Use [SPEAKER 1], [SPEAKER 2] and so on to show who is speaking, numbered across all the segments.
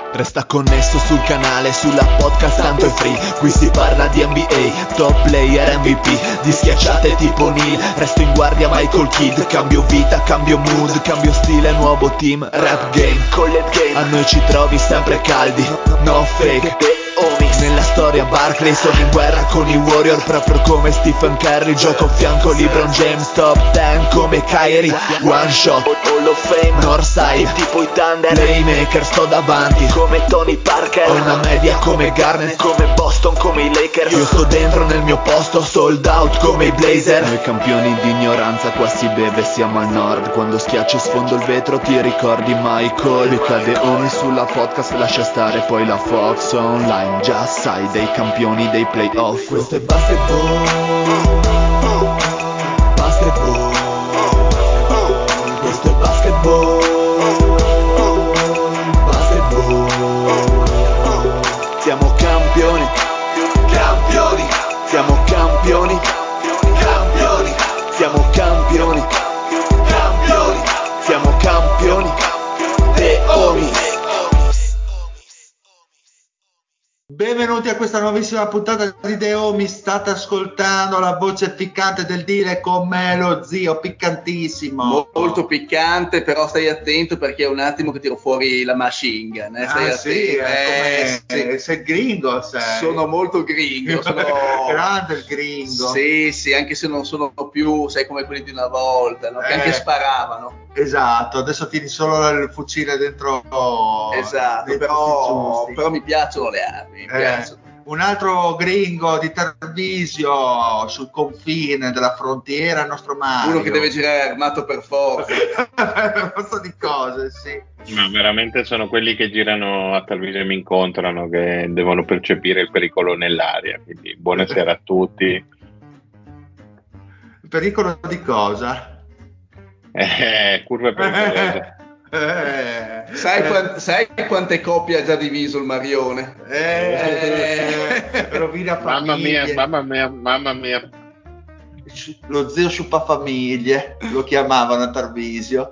[SPEAKER 1] Resta connesso sul canale, sulla podcast tanto è free. Qui si parla di NBA, top player MVP, di schiacciate tipo Neil. Resto in guardia Michael Kidd. Cambio vita, cambio mood, cambio stile, nuovo team. Rap game, collab game, a noi ci trovi sempre caldi. No fake, nella storia Barkley, sono in guerra con i Warrior proprio come Stephen Curry. Gioco a fianco LeBron James, top 10 come Kyrie. One shot, Hall of Fame, Northside, tipo i Thunder. Playmaker, sto davanti come Tony Parker. Ho una media come Garnett, come Boston, come i Lakers. Io sto dentro nel mio posto, sold out come i Blazer. Noi campioni di ignoranza, qua si beve, siamo al nord. Quando schiacci sfondo il vetro ti ricordi Michael. Mi cade Omi sulla podcast, lascia stare poi la Fox online. Già sai, dei campioni dei playoff. Questo è basketball, basketball. Questo è basketball, basketball. Siamo campioni, campioni. Siamo campioni, campioni. Siamo campioni, campioni. Siamo campioni. The Omis.
[SPEAKER 2] Benvenuti a questa nuovissima puntata di The Omi. State ascoltando la voce piccante del dire con me, lo zio piccantissimo.
[SPEAKER 3] Molto piccante, però stai attento perché è un attimo che tiro fuori la machine gun. Stai
[SPEAKER 2] sì,
[SPEAKER 3] sì.
[SPEAKER 2] Sei gringo, sei.
[SPEAKER 3] Sono molto gringo.
[SPEAKER 2] Grande il gringo.
[SPEAKER 3] Sì, anche se non sono più, sai, come quelli di una volta, no? Che anche sparavano.
[SPEAKER 2] Esatto, adesso tieni solo il fucile dentro.
[SPEAKER 3] Esatto, però mi piacciono le armi.
[SPEAKER 2] Un altro gringo di Tarvisio sul confine della frontiera, il nostro Mario.
[SPEAKER 3] Uno che deve girare armato per forza.
[SPEAKER 2] Non so di cose, sì.
[SPEAKER 4] Ma veramente sono quelli che girano a Tarvisio e mi incontrano, che devono percepire il pericolo nell'aria. Quindi buonasera a tutti.
[SPEAKER 2] Il pericolo di cosa?
[SPEAKER 4] Curve pericolose.
[SPEAKER 3] Sai quante coppie ha già diviso il Marione?
[SPEAKER 2] Rovina famiglie.
[SPEAKER 4] Mamma mia.
[SPEAKER 2] Lo zio sciupafamiglie lo chiamavano a Tarvisio.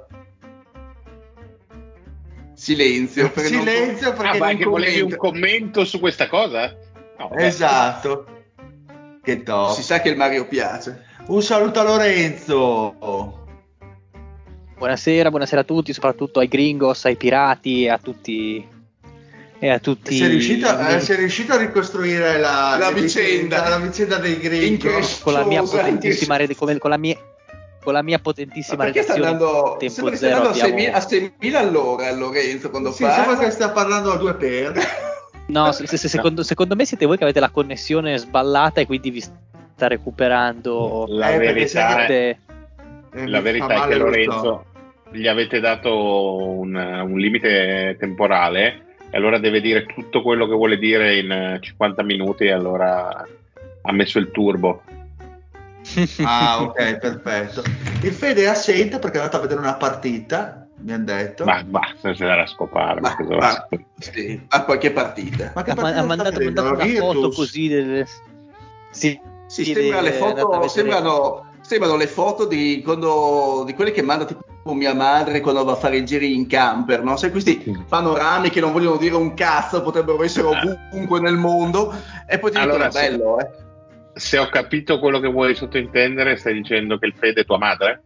[SPEAKER 3] Silenzio
[SPEAKER 2] perché
[SPEAKER 4] Che volevi un commento su questa cosa? No,
[SPEAKER 2] esatto. Che top.
[SPEAKER 3] Si sa che il Mario piace.
[SPEAKER 2] Un saluto a Lorenzo.
[SPEAKER 5] Buonasera a tutti, soprattutto ai gringos, ai pirati e a tutti.
[SPEAKER 2] Sei riuscito a ricostruire la vicenda dei gringos
[SPEAKER 5] con la mia potentissima potentissima redazione tempo zero.
[SPEAKER 3] A 6.000 all'ora Lorenzo quando parla.
[SPEAKER 2] Sembra che stia parlando a due per.
[SPEAKER 5] No, secondo me siete voi che avete la connessione sballata e quindi vi sta recuperando
[SPEAKER 4] la verità è che Lorenzo gli avete dato un limite temporale e allora deve dire tutto quello che vuole dire in 50 minuti e allora ha messo il turbo.
[SPEAKER 2] Ah, ok, perfetto. Il Fede è assente perché è andato a vedere una partita, mi hanno detto.
[SPEAKER 4] Ma basta, se era a scopare.
[SPEAKER 3] Sì, a qualche partita.
[SPEAKER 5] Ma che partita ha mandato una foto così
[SPEAKER 3] sembra le foto, sembrano le foto di quelle che manda tipo mia madre quando va a fare i giri in camper, no? Sai, questi panorami che non vogliono dire un cazzo, potrebbero essere ovunque nel mondo, e poi ti dicono bello,
[SPEAKER 4] Se ho capito quello che vuoi sottintendere, stai dicendo che il Fede è tua madre?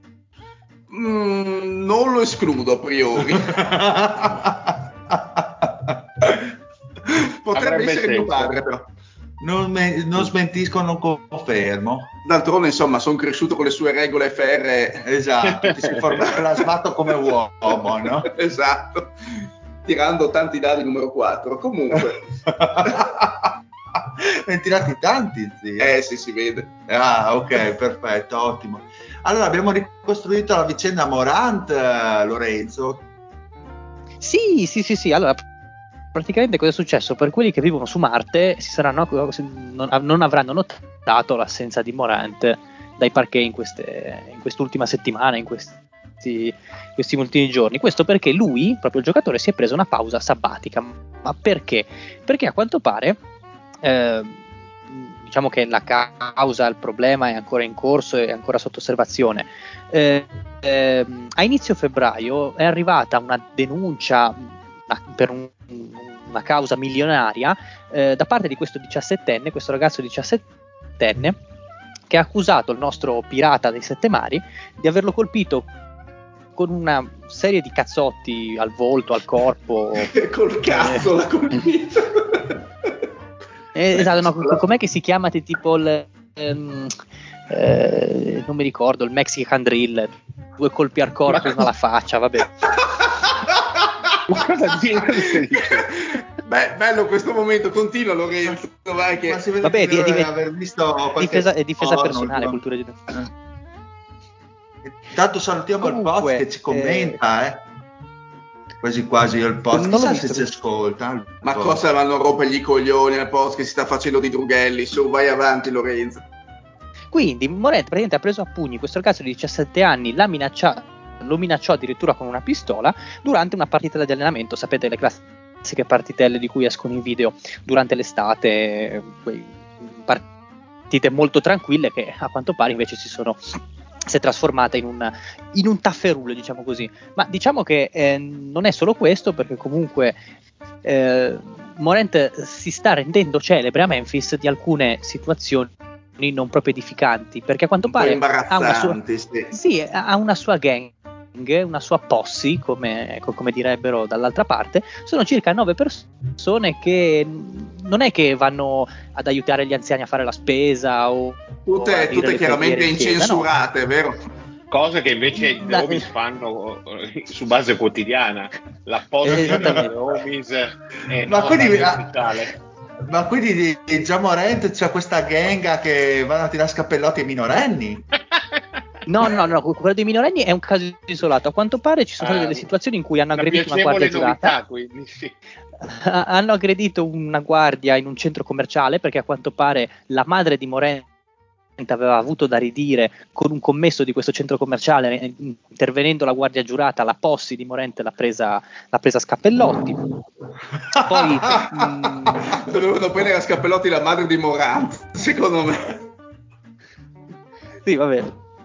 [SPEAKER 3] Non lo escludo a priori. Potrebbe essere mio padre, però.
[SPEAKER 2] Non smentisco, non confermo.
[SPEAKER 3] D'altronde, insomma, sono cresciuto con le sue regole ferree.
[SPEAKER 2] Esatto, ti sei plasmato come uomo, no?
[SPEAKER 3] Esatto, tirando tanti dadi numero 4. Comunque.
[SPEAKER 2] Ne hai tirati tanti, zio.
[SPEAKER 3] Sì, si vede.
[SPEAKER 2] Ah, ok, perfetto, ottimo. Allora, abbiamo ricostruito la vicenda Morant, Lorenzo.
[SPEAKER 5] Sì. Allora, praticamente cosa è successo? Per quelli che vivono su Marte non avranno notato l'assenza di Morant dai parquet in quest'ultima settimana, in questi ultimi giorni. Questo perché lui, proprio il giocatore, si è preso una pausa sabbatica. Ma perché? Perché a quanto pare diciamo che la causa, il problema è ancora in corso, è ancora sotto osservazione. A inizio febbraio è arrivata una denuncia per una causa milionaria da parte di questo 17enne, questo ragazzo 17enne, che ha accusato il nostro pirata dei sette mari di averlo colpito con una serie di cazzotti al volto, al corpo.
[SPEAKER 3] Col cazzo l'ha colpito.
[SPEAKER 5] Esatto, no, com'è che si chiama tipo il non mi ricordo, il Mexican Drill, 2 colpi al corpo e una alla faccia, vabbè.
[SPEAKER 4] Ma cosa dice?
[SPEAKER 3] Beh, bello questo momento, continua Lorenzo, vai che...
[SPEAKER 2] Ma si vede
[SPEAKER 5] Vabbè,
[SPEAKER 2] che deve aver visto
[SPEAKER 5] difesa personale, cultura di...
[SPEAKER 2] Intanto salutiamo il Poz che ci commenta, quasi quasi il Poz, chissà se ci ascolta.
[SPEAKER 3] Ma cosa vanno a rompergli i coglioni al Poz che si sta facendo di drughelli? Su, vai avanti Lorenzo.
[SPEAKER 5] Quindi Morente praticamente ha preso a pugni questo ragazzo di 17 anni, lo minacciò addirittura con una pistola durante una partita di allenamento. Sapete, le classiche partitelle di cui escono i video durante l'estate, partite molto tranquille che a quanto pare invece si è trasformata in un tafferulo, diciamo così. Ma diciamo che non è solo questo, perché comunque Morant si sta rendendo celebre a Memphis di alcune situazioni non proprio edificanti, perché a quanto pare ha una sua gang, una sua posse, come direbbero dall'altra parte. Sono circa 9 persone che non è che vanno ad aiutare gli anziani a fare la spesa
[SPEAKER 3] tutte chiaramente incensurate, no? Vero?
[SPEAKER 4] Cose che invece The Homies fanno su base quotidiana, l'appoggio delle Homies è ufficiale.
[SPEAKER 2] Ma quindi già Morant c'è questa gang che vanno a tirare scappellotti ai minorenni?
[SPEAKER 5] No, quello dei minorenni è un caso isolato. A quanto pare ci sono state delle situazioni in cui hanno aggredito una guardia giurata.
[SPEAKER 4] Quindi, sì.
[SPEAKER 5] Hanno aggredito una guardia in un centro commerciale, perché a quanto pare la madre di Morant aveva avuto da ridire con un commesso di questo centro commerciale. Intervenendo la guardia giurata, la posse di Morant l'ha presa a scappellotti. Poi
[SPEAKER 3] dovevano prendere a scappellotti la madre di Morant, secondo me.
[SPEAKER 5] Sì, vabbè.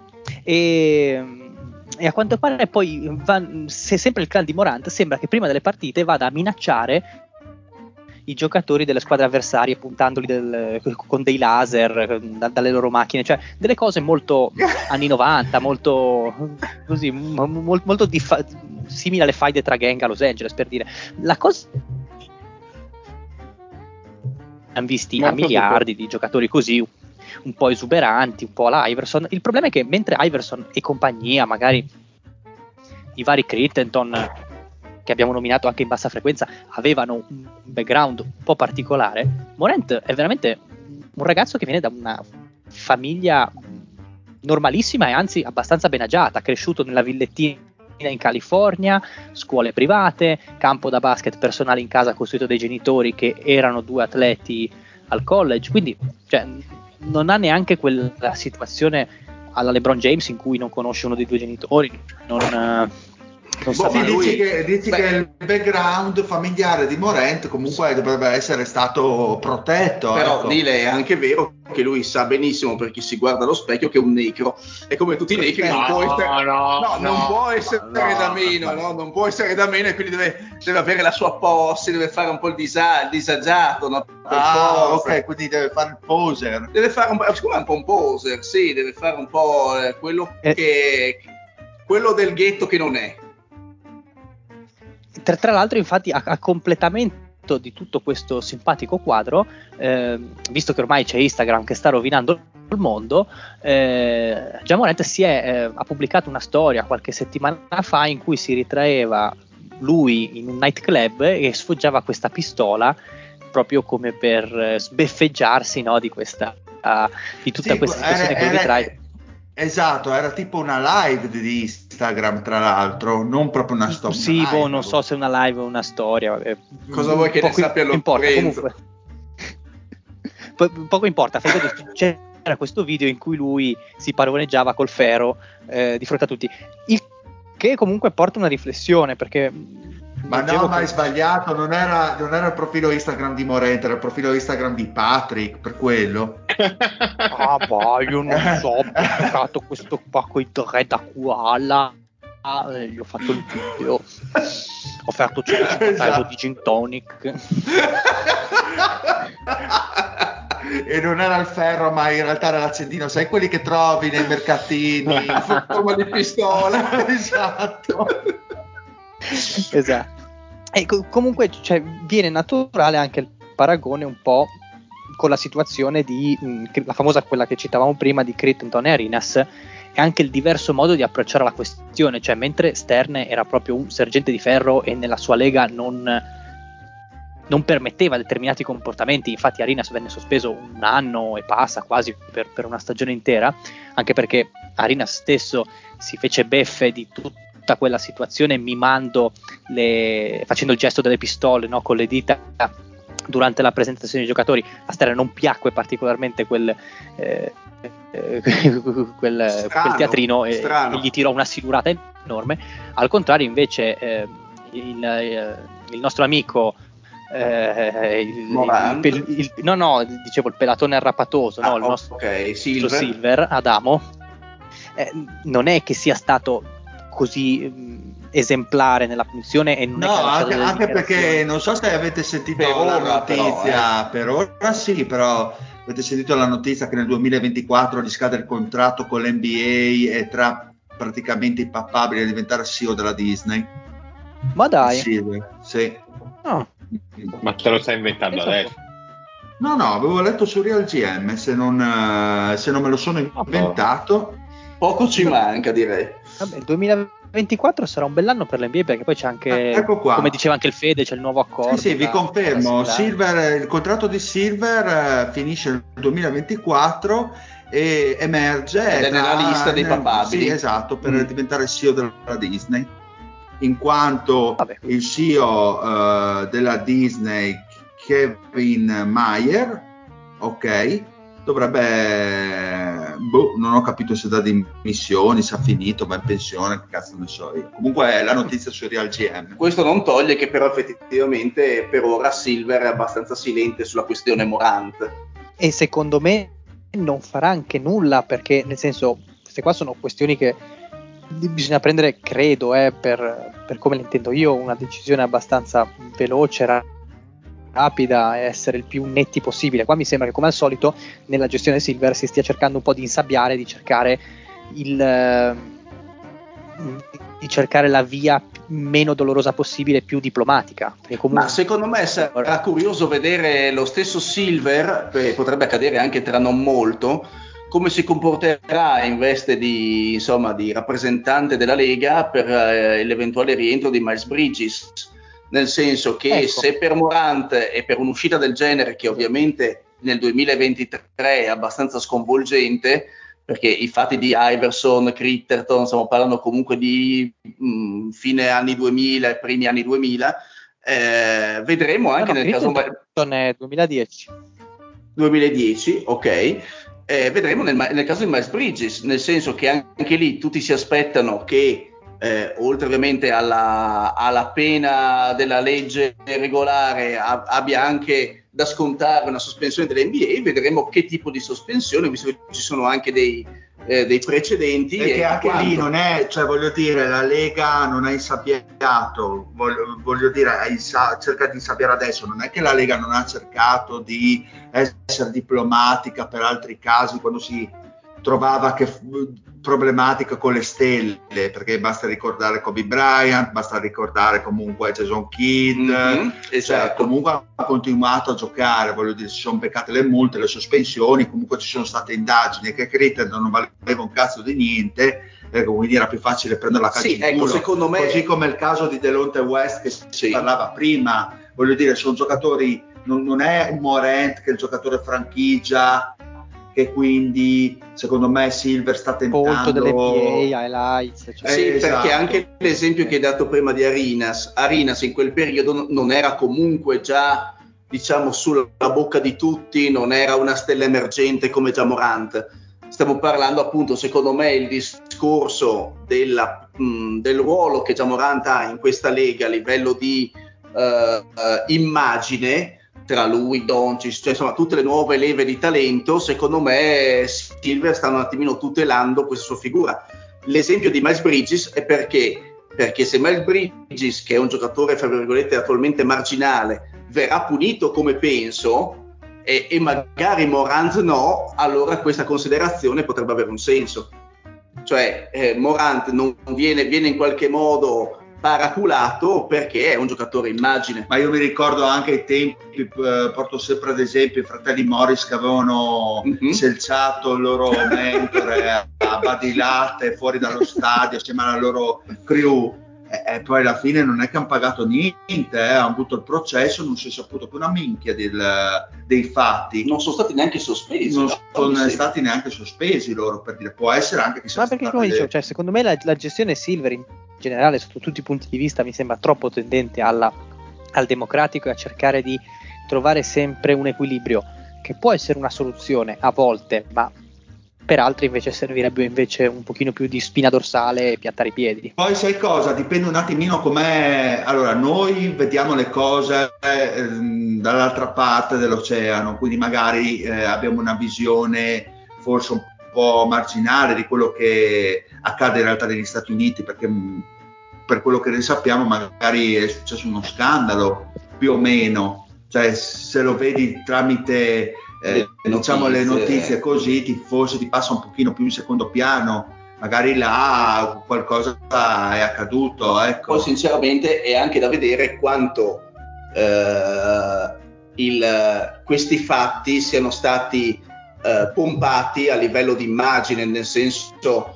[SPEAKER 5] E a quanto pare poi se sempre il clan di Morant sembra che prima delle partite vada a minacciare i giocatori delle squadre avversarie, puntandoli con dei laser dalle loro macchine, cioè delle cose molto anni 90, molto così, molto simili alle faide tra gang a Los Angeles, per dire. La cosa, hanno visti a miliardi di giocatori così, un po' esuberanti, un po' alla Iverson. Il problema è che mentre Iverson e compagnia, magari i vari Crittenton che abbiamo nominato anche in bassa frequenza, avevano un background un po' particolare, Morant è veramente un ragazzo che viene da una famiglia normalissima e anzi abbastanza benagiata, cresciuto nella villettina in California, scuole private, campo da basket personale in casa costruito dai genitori che erano 2 atleti al college, quindi cioè, non ha neanche quella situazione alla LeBron James in cui non conosce uno dei 2 genitori,
[SPEAKER 2] dici che il background familiare di Morant comunque dovrebbe essere stato protetto.
[SPEAKER 3] Però
[SPEAKER 2] ecco.
[SPEAKER 3] Dile, è anche vero che lui sa benissimo, per chi si guarda allo specchio, che è un negro, e come tutti i negri non può essere da meno, no? Non può essere da meno, e quindi deve avere la sua posse, deve fare un po' il disagiato, no?
[SPEAKER 2] Ok, quindi deve fare il poser.
[SPEAKER 3] Deve fare un po' un poser, sì, deve fare un po' quello del ghetto che non è.
[SPEAKER 5] Tra l'altro, infatti, a completamento di tutto questo simpatico quadro, visto che ormai c'è Instagram che sta rovinando il mondo, Ja Morant ha pubblicato una storia qualche settimana fa in cui si ritraeva lui in un nightclub e sfoggiava questa pistola proprio come per sbeffeggiarsi, no, di tutta questa situazione che lo ritrae.
[SPEAKER 2] Esatto, era tipo una live di Instagram, tra l'altro, non proprio una storia.
[SPEAKER 5] Sì, non so se è una live o una storia.
[SPEAKER 3] Cosa vuoi che ne sappia Lorenzo?
[SPEAKER 5] Poco importa, c'era questo video in cui lui si pavoneggiava col ferro di fronte a tutti, il che comunque porta una riflessione, perché
[SPEAKER 2] ma hai sbagliato, non era il profilo Instagram di Morant, era il profilo Instagram di Patrick, per quello.
[SPEAKER 5] Io non so, ho giocato questo qua con i 3 da koala, gli ho fatto il video. offerto 150 euro di gin tonic.
[SPEAKER 2] E non era il ferro, ma in realtà era l'accendino, sai, quelli che trovi nei mercatini in forma di pistola. Esatto.
[SPEAKER 5] E comunque, cioè, viene naturale anche il paragone un po' con la situazione di la famosa, quella che citavamo prima, di Crittenton e Arenas, e anche il diverso modo di approcciare la questione. Cioè, mentre Stern era proprio un sergente di ferro e nella sua lega non permetteva determinati comportamenti, infatti Arenas venne sospeso 1 anno e passa quasi per una stagione intera, anche perché Arenas stesso si fece beffe di tutta quella situazione mimando facendo il gesto delle pistole, no, con le dita durante la presentazione dei giocatori. A Stern non piacque particolarmente quel teatrino e gli tirò una silurata enorme. Al contrario, invece, il nostro amico il pelatone arrapatoso, no? Il nostro Silver Adamo, non è che sia stato così esemplare nella funzione, e non è che
[SPEAKER 2] anche perché non so se avete sentito la notizia, per ora sì, però avete sentito la notizia che nel 2024 gli scade il contratto con l'NBA e tra praticamente impapabile a diventare CEO della Disney.
[SPEAKER 5] Ma dai,
[SPEAKER 2] sì.
[SPEAKER 5] Oh.
[SPEAKER 4] Ma te lo stai inventando adesso?
[SPEAKER 2] No, avevo letto su Real GM, se non me lo sono inventato.
[SPEAKER 3] Poco ci manca, direi.
[SPEAKER 5] Vabbè, il 2024 sarà un bell'anno per l'NBA, perché poi c'è anche,
[SPEAKER 2] ecco qua,
[SPEAKER 5] come diceva anche il Fede, c'è il nuovo accordo.
[SPEAKER 2] Sì, vi confermo, il contratto di Silver finisce nel 2024 e emerge
[SPEAKER 3] ed è nella lista dei papabili.
[SPEAKER 2] Sì, esatto, per diventare CEO della Disney, in quanto il CEO della Disney, Kevin Mayer, ok, dovrebbe, non ho capito se da dimissioni, se ha finito, va in pensione, che cazzo ne so io. Comunque è la notizia su Real GM.
[SPEAKER 3] Questo non toglie che però effettivamente per ora Silver è abbastanza silente sulla questione Morant.
[SPEAKER 5] E secondo me non farà anche nulla, perché nel senso, queste qua sono questioni che bisogna prendere, credo, per come le intendo io, una decisione abbastanza veloce, rapida, e essere il più netti possibile. Qua mi sembra che, come al solito, nella gestione Silver si stia cercando un po' di insabbiare, di cercare la via meno dolorosa possibile, più diplomatica.
[SPEAKER 3] Ma secondo me sarà curioso vedere lo stesso Silver, potrebbe accadere anche tra non molto, come si comporterà in veste di rappresentante della Lega per l'eventuale rientro di Miles Bridges. Nel senso che se per Morant e per un'uscita del genere, che ovviamente nel 2023 è abbastanza sconvolgente, perché i fatti di Iverson, Critterton, stiamo parlando comunque di fine anni 2000 e primi anni 2000, vedremo anche nel caso...
[SPEAKER 5] è
[SPEAKER 3] 2010, ok. Vedremo nel caso di Miles Bridges, nel senso che anche lì tutti si aspettano che oltre ovviamente alla pena della legge regolare abbia anche da scontare una sospensione dell'NBA. Vedremo che tipo di sospensione, visto che ci sono anche dei precedenti.
[SPEAKER 2] E che anche lì non è, cioè voglio dire, la Lega non ha insabbiato, voglio dire, cerca di insabbiare adesso, non è che la Lega non ha cercato di essere diplomatica per altri casi quando si trovava problematica con le stelle, perché basta ricordare Kobe Bryant, basta ricordare comunque Jason Kidd,
[SPEAKER 3] esatto.
[SPEAKER 2] Cioè, comunque ha continuato a giocare, voglio dire, si sono beccate le multe, le sospensioni, comunque ci sono state indagini che Crittenton non valeva un cazzo di niente, quindi era più facile prendere la calcio in culo,
[SPEAKER 3] secondo me...
[SPEAKER 2] così come il caso di Delonte West che si parlava prima, voglio dire, sono giocatori, non è un Morant che è il giocatore franchigia, che quindi secondo me Silver sta tentando
[SPEAKER 5] molto dell'NBA, highlights,
[SPEAKER 3] sì,
[SPEAKER 2] esatto.
[SPEAKER 3] Perché anche l'esempio che hai dato prima di Arenas in quel periodo non era comunque già, diciamo, sulla bocca di tutti, non era una stella emergente come già Morant. Stiamo parlando appunto, secondo me, il discorso del ruolo che già Morant ha in questa lega a livello di immagine, tra lui, Doncic, cioè insomma tutte le nuove leve di talento. Secondo me Silver sta un attimino tutelando questa sua figura. L'esempio di Miles Bridges è perché perché se Miles Bridges, che è un giocatore fra virgolette attualmente marginale, verrà punito come penso e magari Morant no, allora questa considerazione potrebbe avere un senso. Cioè Morant non viene in qualche modo paraculato perché è un giocatore immagine.
[SPEAKER 2] Ma io mi ricordo anche ai tempi, porto sempre ad esempio i fratelli Morris che avevano selciato il loro mentore a badilate fuori dallo stadio assieme alla loro crew, e poi alla fine non è che hanno pagato niente, hanno avuto il processo, non si è saputo più una minchia dei fatti.
[SPEAKER 3] Non sono stati neanche sospesi.
[SPEAKER 2] Non sono stati neanche sospesi loro, per dire, può essere anche che sia.
[SPEAKER 5] Ma perché come dicevo, cioè, secondo me la gestione Silver in generale sotto tutti i punti di vista mi sembra troppo tendente al democratico e a cercare di trovare sempre un equilibrio, che può essere una soluzione a volte, ma per altri invece servirebbe invece un pochino più di spina dorsale e piattare i piedi.
[SPEAKER 2] Poi sai cosa? Dipende un attimino com'è. Allora, noi vediamo le cose dall'altra parte dell'oceano, quindi magari abbiamo una visione forse un po' marginale di quello che accade in realtà negli Stati Uniti, perché per quello che ne sappiamo magari è successo uno scandalo, più o meno. Cioè, se lo vedi tramite diciamo le notizie così, forse ti passa un pochino più in secondo piano, magari là qualcosa è accaduto, ecco.
[SPEAKER 3] Poi sinceramente è anche da vedere quanto questi fatti siano stati pompati a livello di immagine, nel senso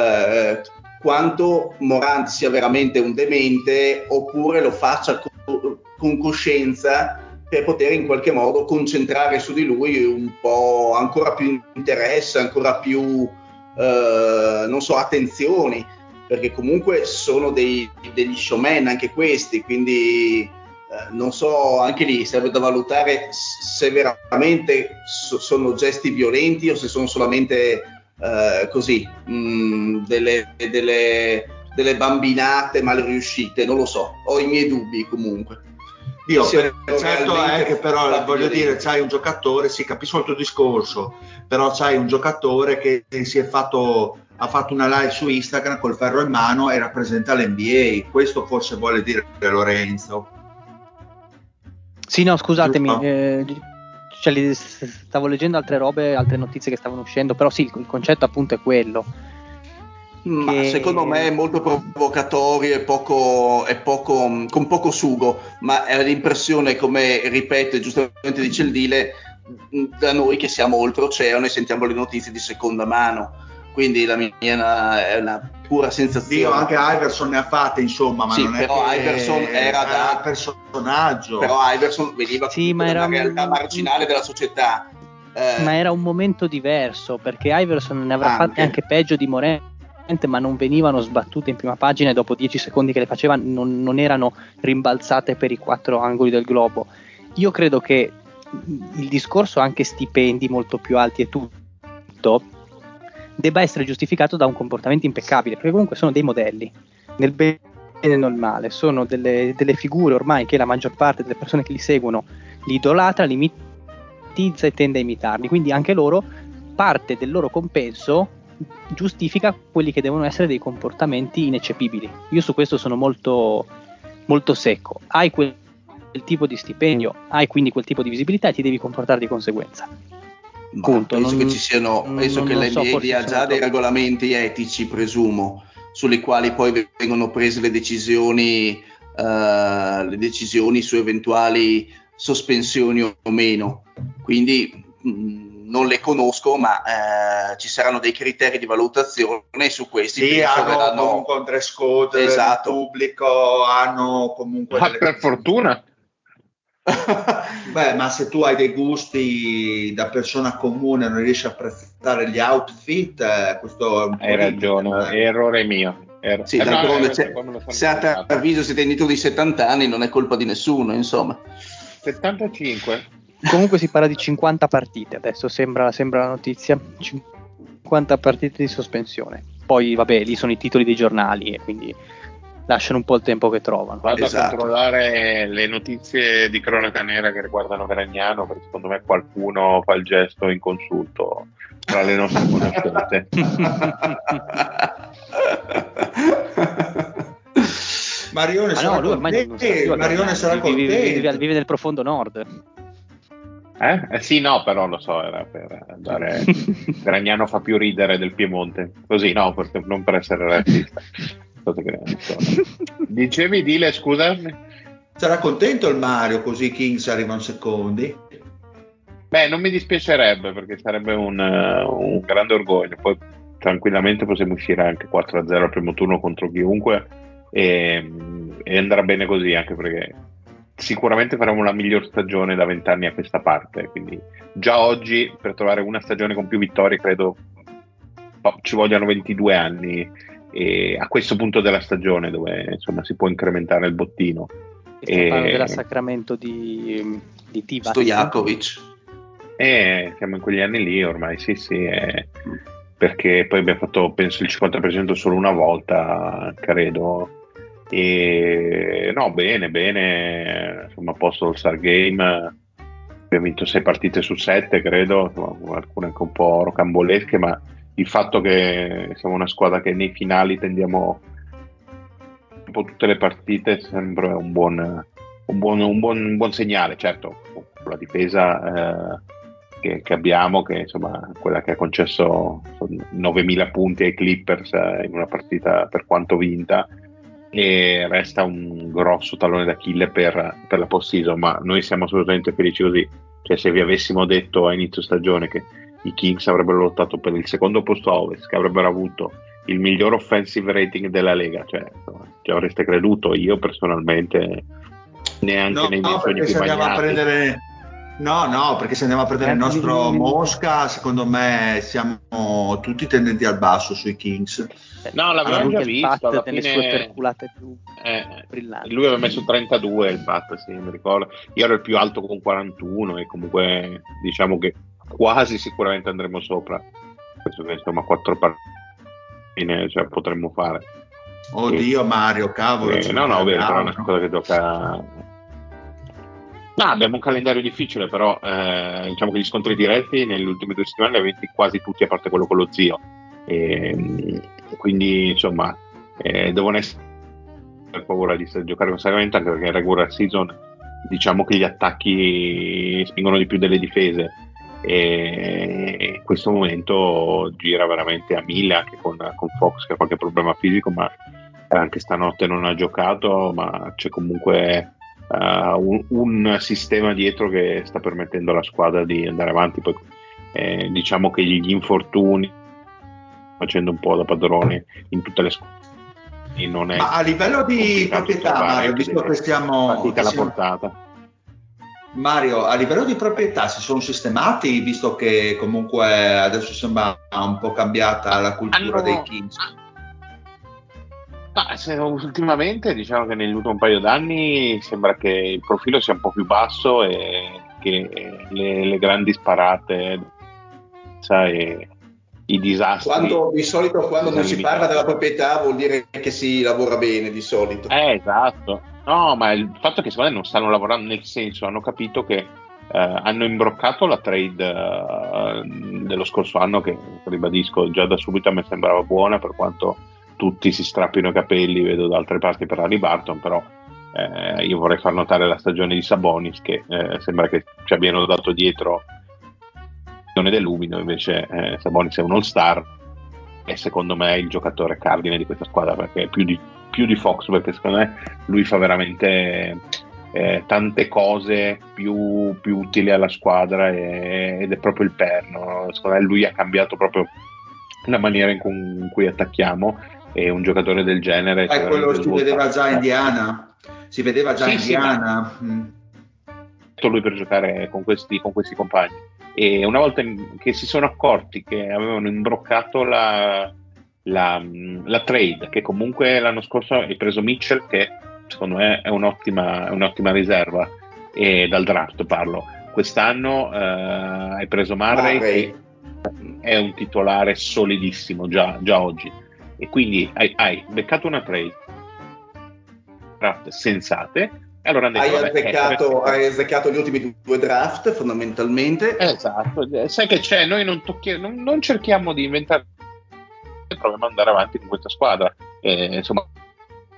[SPEAKER 3] quanto Morant sia veramente un demente oppure lo faccia con coscienza per poter in qualche modo concentrare su di lui un po' ancora più interesse, ancora più non so, attenzioni, perché comunque sono degli showman anche questi, quindi non so, anche lì serve da valutare se veramente sono gesti violenti o se sono solamente così delle bambinate mal riuscite, non lo so, ho i miei dubbi comunque.
[SPEAKER 2] Io certo è che però voglio dire, c'hai un giocatore, sì, capisco il tuo discorso, però c'hai un giocatore che ha fatto una live su Instagram col ferro in mano e rappresenta l'NBA, questo forse vuole dire Lorenzo.
[SPEAKER 5] Sì, no, scusatemi, stavo leggendo altre robe, altre notizie che stavano uscendo, però sì, il concetto appunto è quello.
[SPEAKER 3] Ma secondo me è molto provocatorio e con poco sugo, ma è l'impressione, come ripeto e giustamente dice il Dile, da noi che siamo oltreoceano e sentiamo le notizie di seconda mano, quindi la mia è una pura sensazione.
[SPEAKER 2] Dio, anche Iverson ne ha fatte, insomma, ma
[SPEAKER 3] sì,
[SPEAKER 2] non
[SPEAKER 3] però
[SPEAKER 2] è che
[SPEAKER 3] Iverson era da
[SPEAKER 2] personaggio,
[SPEAKER 3] però Iverson veniva
[SPEAKER 5] ma era
[SPEAKER 3] una realtà marginale della società,
[SPEAKER 5] ma era un momento diverso, perché Iverson ne avrà fatte anche peggio di Morant, ma non venivano sbattute in prima pagina e dopo 10 secondi che le faceva non erano rimbalzate per i 4 angoli del globo. Io credo che il discorso anche stipendi molto più alti e tutto debba essere giustificato da un comportamento impeccabile, perché comunque sono dei modelli, nel bene e nel male, sono delle figure ormai che la maggior parte delle persone che li seguono li idolatra, li mitizza e tende a imitarli, quindi anche loro, parte del loro compenso giustifica quelli che devono essere dei comportamenti ineccepibili. Io su questo sono molto, molto secco. Hai quel tipo di stipendio, hai quindi quel tipo di visibilità e ti devi comportare di conseguenza. Punto.
[SPEAKER 3] Penso che ci siano, penso che l'NBA dia già dei regolamenti etici, presumo, sulle quali poi vengono prese le decisioni su eventuali sospensioni o meno. Quindi non le conosco, ma ci saranno dei criteri di valutazione e su questi
[SPEAKER 2] sì, hanno comunque un dress code, esatto. Pubblico, hanno comunque
[SPEAKER 4] per fortuna.
[SPEAKER 2] Beh, ma se tu hai dei gusti da persona comune, non riesci a apprezzare gli outfit, questo è un
[SPEAKER 4] hai ragione, è errore mio.
[SPEAKER 3] Sì, se a Tarvisio siete indietro di 70 anni non è colpa di nessuno, insomma.
[SPEAKER 4] 75.
[SPEAKER 5] Comunque si parla di 50 partite, adesso sembra la notizia, 50 partite di sospensione. Poi vabbè, lì sono i titoli dei giornali e quindi lasciano un po' il tempo che trovano.
[SPEAKER 4] Vado a controllare le notizie di cronaca nera che riguardano Gragnano, perché secondo me qualcuno fa il gesto inconsulto tra le nostre conoscenze.
[SPEAKER 2] Marione sarà
[SPEAKER 5] lui ormai non sta più a
[SPEAKER 2] Marione sarà contento.
[SPEAKER 5] vive nel profondo nord.
[SPEAKER 4] Sì, no, però lo so, era per andare. Gragnano fa più ridere del Piemonte, così, no, non per essere razzista. Dicevi, Dile, scusami.
[SPEAKER 2] Sarà contento il Mario così i Kings arrivano secondi?
[SPEAKER 4] Beh, non mi dispiacerebbe perché sarebbe un grande orgoglio. Poi tranquillamente possiamo uscire anche 4-0 al primo turno contro chiunque e andrà bene così, anche perché sicuramente faremo la miglior stagione da 20 anni a questa parte. Quindi già oggi per trovare una stagione con più vittorie credo ci vogliano 22 anni e a questo punto della stagione dove insomma si può incrementare il bottino.
[SPEAKER 5] Stiamo parlando della Sacramento di Divac.
[SPEAKER 3] Stojakovic.
[SPEAKER 4] Siamo in quegli anni lì ormai, sì, perché poi abbiamo fatto penso il 50% solo una volta, credo. E no, bene, insomma, posto il Star Game, abbiamo vinto 6 partite su 7, credo, insomma, alcune anche un po' rocambolesche, ma il fatto che siamo una squadra che nei finali tendiamo un po' tutte le partite sembra un buon segnale, certo, con la difesa che abbiamo, che insomma quella che ha concesso 9.000 punti ai Clippers in una partita per quanto vinta, e resta un grosso tallone d'Achille per la post-season, ma noi siamo assolutamente felici così. Cioè, se vi avessimo detto a inizio stagione che i Kings avrebbero lottato per il secondo posto a Ovest, che avrebbero avuto il miglior offensive rating della Lega, cioè ci avreste creduto? Io personalmente neanche nei miei sogni più bagnati.
[SPEAKER 2] No, perché se andiamo a prendere il nostro Mosca, secondo me siamo tutti tendenti al basso sui Kings.
[SPEAKER 4] No, l'avevamo già visto alla
[SPEAKER 5] nelle
[SPEAKER 4] fine.
[SPEAKER 5] Sue perculate più brillanti.
[SPEAKER 4] Lui aveva messo 32 il Pat, sì, mi ricordo. Io ero il più alto con 41 e comunque diciamo che quasi sicuramente andremo sopra. Penso che insomma 4 partite cioè, potremmo fare.
[SPEAKER 2] Oddio, Mario, cavolo.
[SPEAKER 4] No, vero, però è una cosa che tocca. No, abbiamo un calendario difficile, però diciamo che gli scontri diretti nelle ultime 2 settimane li abbiamo vinti quasi tutti, a parte quello con lo zio. Quindi, insomma, devono essere per paura di giocare con Sacramento, anche perché in regular season diciamo che gli attacchi spingono di più delle difese. E in questo momento gira veramente a 1000 anche con Fox che ha qualche problema fisico, ma anche stanotte non ha giocato, ma c'è comunque un sistema dietro che sta permettendo alla squadra di andare avanti. Poi diciamo che gli infortuni facendo un po' da padrone in tutte le squadre. Non è
[SPEAKER 2] ma a livello di proprietà, Mario, visto che
[SPEAKER 4] fatica alla portata.
[SPEAKER 2] Mario, a livello di proprietà si sono sistemati, visto che comunque adesso sembra un po' cambiata la cultura dei Kings?
[SPEAKER 4] Ultimamente diciamo che nell'ultimo paio d'anni sembra che il profilo sia un po' più basso e che le grandi sparate e i disastri.
[SPEAKER 3] Di solito quando non si parla della proprietà vuol dire che si lavora bene di solito.
[SPEAKER 4] Esatto. No, ma il fatto è che secondo me non stanno lavorando, nel senso hanno capito che hanno imbroccato la trade dello scorso anno, che ribadisco già da subito a me sembrava buona, per quanto tutti si strappino i capelli, vedo da altre parti per Haliburton, però io vorrei far notare la stagione di Sabonis, che sembra che ci abbiano dato dietro dell'Umino, invece Sabonis è un all-star e secondo me è il giocatore cardine di questa squadra, perché più di Fox, perché secondo me lui fa veramente tante cose più utili alla squadra ed è proprio il perno. Secondo me lui ha cambiato proprio la maniera in cui attacchiamo, e un giocatore del genere
[SPEAKER 2] quello si vedeva già in Indiana. Si vedeva già in Indiana.
[SPEAKER 4] Lui per giocare con questi compagni, e una volta che si sono accorti che avevano imbroccato la trade, che comunque l'anno scorso hai preso Mitchell, che secondo me è un'ottima riserva, e dal draft parlo, quest'anno hai preso Murray, che è un titolare solidissimo già oggi, e quindi hai beccato una trade draft sensate. Allora
[SPEAKER 3] hai azzeccato gli ultimi 2 draft fondamentalmente.
[SPEAKER 4] Esatto, sai che c'è, noi non cerchiamo di inventare, proviamo ad andare avanti con questa squadra, insomma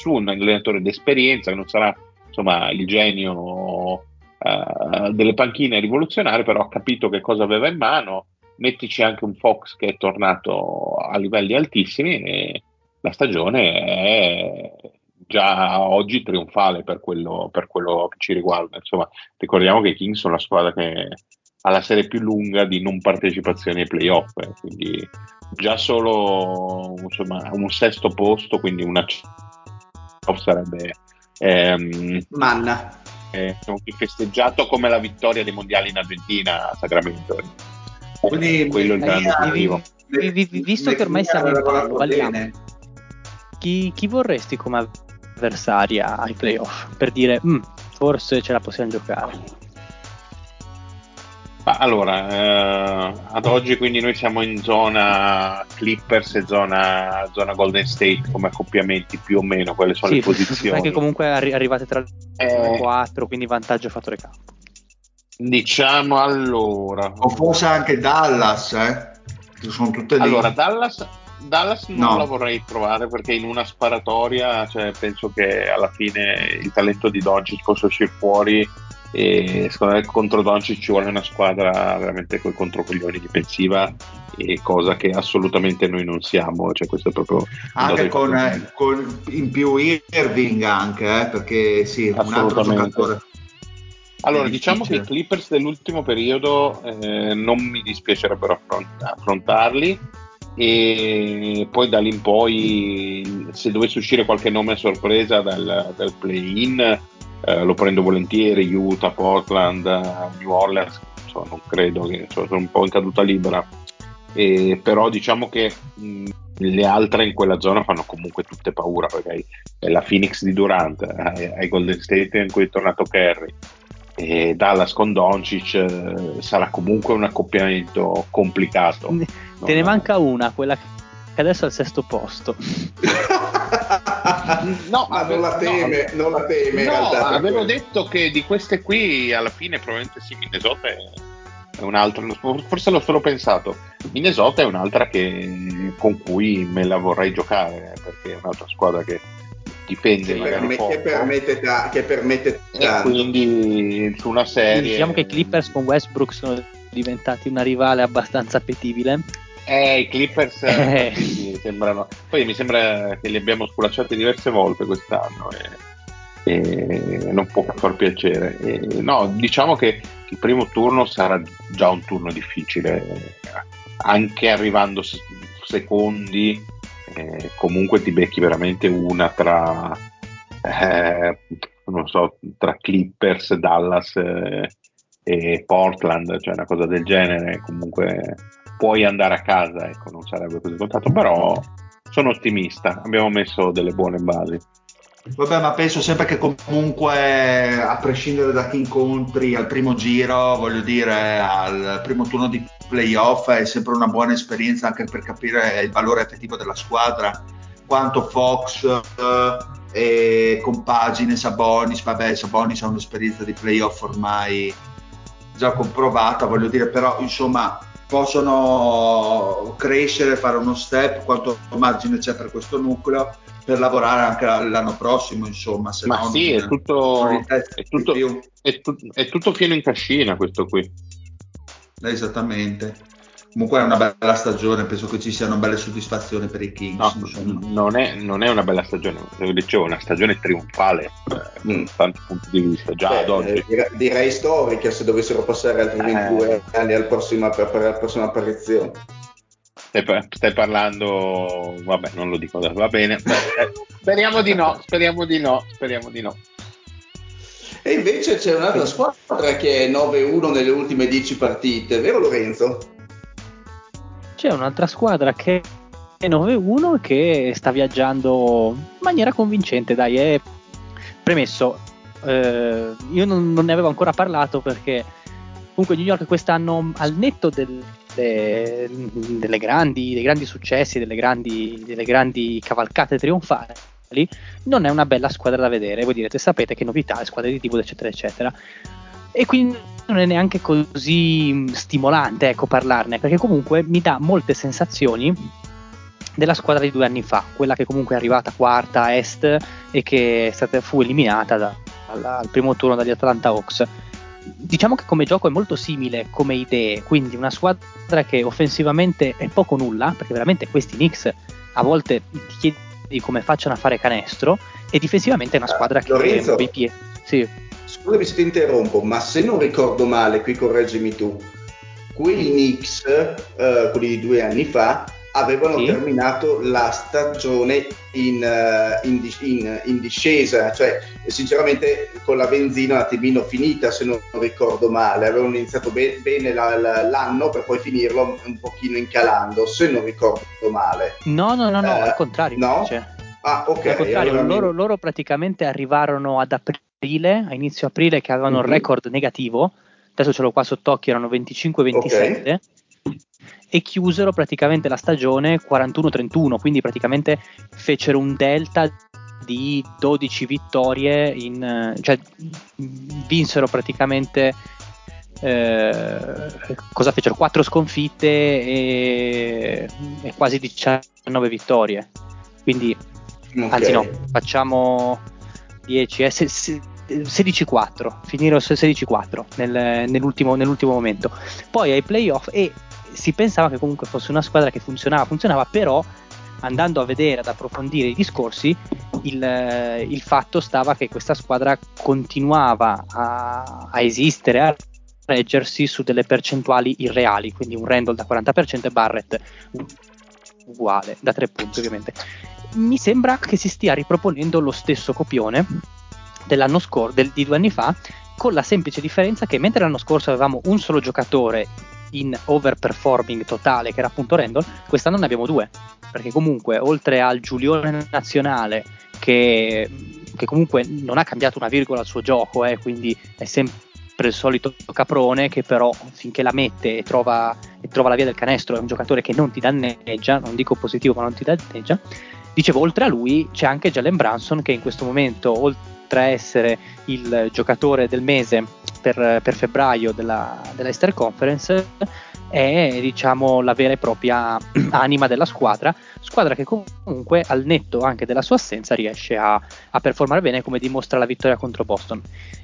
[SPEAKER 4] un allenatore d'esperienza, che non sarà insomma il genio delle panchine rivoluzionarie, però ha capito che cosa aveva in mano. Mettici anche un Fox che è tornato a livelli altissimi e la stagione è già oggi trionfale per quello che ci riguarda. Insomma, ricordiamo che i Kings sono la squadra che ha la serie più lunga di non partecipazione ai playoff, quindi già solo insomma un sesto posto, quindi una sarebbe
[SPEAKER 3] manna,
[SPEAKER 4] festeggiato come la vittoria dei mondiali in Argentina a Sacramento.
[SPEAKER 2] Quindi
[SPEAKER 4] quello è il grande obiettivo.
[SPEAKER 5] Visto che ormai siamo in ballo, balliamo. Chi vorresti come avversaria ai playoff? Per dire, forse ce la possiamo giocare.
[SPEAKER 4] Allora, ad oggi quindi noi siamo in zona Clippers e zona Golden State come accoppiamenti più o meno, quelle sono le posizioni.
[SPEAKER 5] Perché comunque arrivate tra le 4, quindi vantaggio fattore campo.
[SPEAKER 4] Diciamo allora.
[SPEAKER 2] O forse anche Dallas, sono tutte lì.
[SPEAKER 4] Allora, Dallas non la vorrei trovare perché in una sparatoria, cioè, penso che alla fine il talento di Doncic possa uscire fuori e secondo me contro Doncic ci vuole una squadra veramente con i controcoglioni difensiva, e cosa che assolutamente noi non siamo, cioè questo è proprio
[SPEAKER 2] anche con in più Irving anche, perché sì, un altro giocatore.
[SPEAKER 4] Allora, diciamo che i Clippers dell'ultimo periodo non mi dispiacerebbero affrontarli, e poi da lì in poi, se dovesse uscire qualche nome a sorpresa dal play-in, lo prendo volentieri. Utah, Portland, New Orleans, insomma, non credo che sono un po' in caduta libera, però diciamo che le altre in quella zona fanno comunque tutte paura, perché è la Phoenix di Durant, ai Golden State in cui è tornato Curry, e Dallas con Doncic, sarà comunque un accoppiamento complicato.
[SPEAKER 5] Te ne manca una, quella che adesso è al sesto posto.
[SPEAKER 3] No, ma non la teme in realtà.
[SPEAKER 4] Avevo detto che di queste qui alla fine probabilmente sì, Minnesota è un'altra, forse l'ho solo pensato. Minnesota è un'altra con cui me la vorrei giocare, perché è un'altra squadra che difende
[SPEAKER 3] che permette
[SPEAKER 4] e quindi su una serie
[SPEAKER 5] diciamo che i Clippers con Westbrook sono diventati una rivale abbastanza appetibile.
[SPEAKER 4] I Clippers sembrano, poi mi sembra che li abbiamo sculacciati diverse volte quest'anno e non può far piacere. No, diciamo che il primo turno sarà già un turno difficile, anche arrivando secondi. Comunque ti becchi veramente una tra non so, tra Clippers, Dallas e Portland, cioè una cosa del genere. Comunque puoi andare a casa, ecco, non sarebbe così contato, però sono ottimista, abbiamo messo delle buone basi.
[SPEAKER 2] Vabbè, ma penso sempre che comunque, a prescindere da chi incontri al primo giro, voglio dire, al primo turno di playoff, è sempre una buona esperienza anche per capire il valore effettivo della squadra, quanto Fox e compagine, Sabonis ha un'esperienza di playoff ormai già comprovata, voglio dire, però insomma possono crescere, fare uno step, quanto margine c'è per questo nucleo per lavorare anche l'anno prossimo, insomma. Se
[SPEAKER 4] ma
[SPEAKER 2] no,
[SPEAKER 4] sì, è tutto pieno in cascina questo qui.
[SPEAKER 2] Esattamente. Comunque è una bella stagione, penso che ci siano belle soddisfazioni per i Kings.
[SPEAKER 4] No, non è una bella stagione, dicevo, una stagione trionfale da tanti punti di vista, già ad oggi.
[SPEAKER 3] Direi storica, se dovessero passare altri 22 anni per la prossima apparizione.
[SPEAKER 4] Stai parlando, vabbè, non lo dico, va bene. Speriamo di no.
[SPEAKER 3] E invece c'è un'altra squadra che è 9-1 nelle ultime 10 partite, vero Lorenzo?
[SPEAKER 5] C'è un'altra squadra che è 9-1 che sta viaggiando in maniera convincente, dai, è premesso. Io non ne avevo ancora parlato perché comunque New York quest'anno, al netto dei grandi successi, delle grandi cavalcate trionfali, non è una bella squadra da vedere. Voi direte, sapete che novità, squadre di TV eccetera eccetera, e quindi non è neanche così stimolante, ecco, parlarne, perché comunque mi dà molte sensazioni della squadra di 2 anni fa, quella che comunque è arrivata quarta a est e che fu eliminata al primo turno dagli Atlanta Hawks. Diciamo che come gioco è molto simile come idee, quindi una squadra che offensivamente è poco nulla, perché veramente questi Knicks a volte ti chiedi come facciano a fare canestro, e difensivamente è una squadra che
[SPEAKER 6] Lorenzo,
[SPEAKER 5] sì.
[SPEAKER 6] Scusami se ti interrompo, ma se non ricordo male, qui correggimi tu, quei Knicks, quelli di 2 anni fa, avevano terminato la stagione in discesa, cioè sinceramente con la benzina un attimino finita, se non ricordo male, avevano iniziato bene l'anno per poi finirlo un pochino incalando, se non ricordo male.
[SPEAKER 5] No, al contrario.
[SPEAKER 6] No?
[SPEAKER 5] Invece.
[SPEAKER 6] Ah, ok.
[SPEAKER 5] Al contrario,
[SPEAKER 6] allora
[SPEAKER 5] loro praticamente arrivarono ad aprile, a inizio aprile, che avevano il record negativo, adesso ce l'ho qua sott'occhio, erano 25-27, e chiusero praticamente la stagione 41-31, quindi praticamente fecero un delta di 12 vittorie, cioè vinsero praticamente cosa fecero? 4 sconfitte e quasi 19 vittorie, quindi anzi no, facciamo 10 16-4, finirono 16-4 nell'ultimo momento. Poi ai playoff, e si pensava che comunque fosse una squadra che funzionava, però andando a vedere, ad approfondire i discorsi, il fatto stava che questa squadra continuava a esistere, a reggersi su delle percentuali irreali, quindi un Randall da 40% e Barrett uguale, da 3 punti ovviamente. Mi sembra che si stia riproponendo lo stesso copione dell'anno scorso, di 2 anni fa, con la semplice differenza che mentre l'anno scorso avevamo un solo giocatore in overperforming totale, che era appunto Randall, quest'anno ne abbiamo 2, perché comunque oltre al Giulione nazionale che comunque non ha cambiato una virgola al suo gioco, quindi è sempre il solito caprone che però finché la mette e trova la via del canestro è un giocatore che non ti danneggia, non dico positivo ma non ti danneggia. Dicevo, oltre a lui c'è anche Jalen Brunson, che in questo momento, oltre a essere il giocatore del mese per febbraio della Eastern Conference, è diciamo la vera e propria anima della squadra che comunque al netto anche della sua assenza riesce a performare bene, come dimostra la vittoria contro Boston.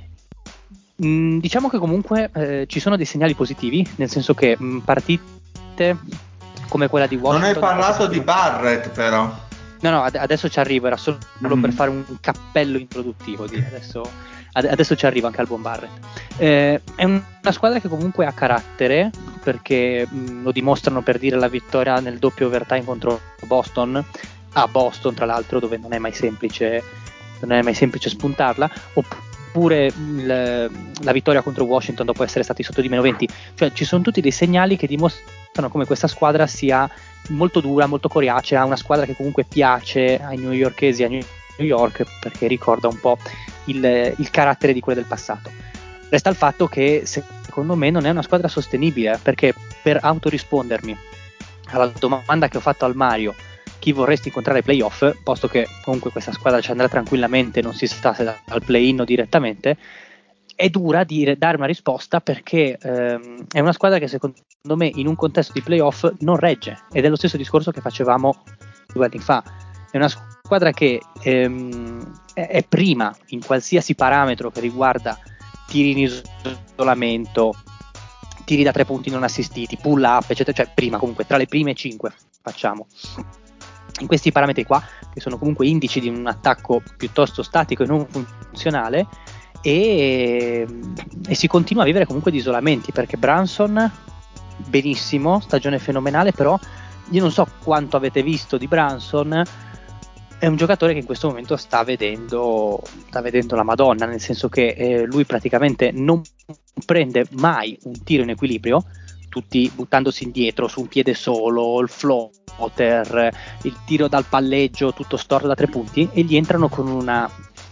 [SPEAKER 5] Diciamo che comunque ci sono dei segnali positivi, nel senso che partite come quella di Washington.
[SPEAKER 2] Non hai parlato di Barrett però.
[SPEAKER 5] No, adesso ci arrivo, era solo per fare un cappello introduttivo. Adesso ci arrivo anche al buon Barrett. È una squadra che comunque ha carattere, perché lo dimostrano per dire la vittoria nel doppio overtime contro Boston, a Boston tra l'altro, dove non è mai semplice spuntarla, oppure la vittoria contro Washington dopo essere stati sotto di -20. Cioè ci sono tutti dei segnali che dimostrano come questa squadra sia molto dura, molto coriacea, una squadra che comunque piace ai newyorkesi, a New York, perché ricorda un po' il carattere di quelle del passato. Resta il fatto che secondo me non è una squadra sostenibile, perché per autorispondermi alla domanda che ho fatto al Mario, chi vorresti incontrare ai playoff, posto che comunque questa squadra ci andrà tranquillamente, non si sa se dal play-in o direttamente, è dura dare una risposta, perché è una squadra che secondo me in un contesto di playoff non regge, ed è lo stesso discorso che facevamo 2 anni fa. È una squadra che è prima in qualsiasi parametro che riguarda tiri in isolamento, tiri da 3 punti non assistiti, pull up, eccetera, cioè prima, comunque tra le prime 5 facciamo. In questi parametri qua, che sono comunque indici di un attacco piuttosto statico e non funzionale, e si continua a vivere comunque di isolamenti, perché Brunson benissimo, stagione fenomenale, però io non so quanto avete visto di Brunson, è un giocatore che in questo momento sta vedendo la Madonna, nel senso che lui praticamente non prende mai un tiro in equilibrio, tutti buttandosi indietro su un piede solo, il floater, il tiro dal palleggio tutto storto da 3 punti, e gli entrano con una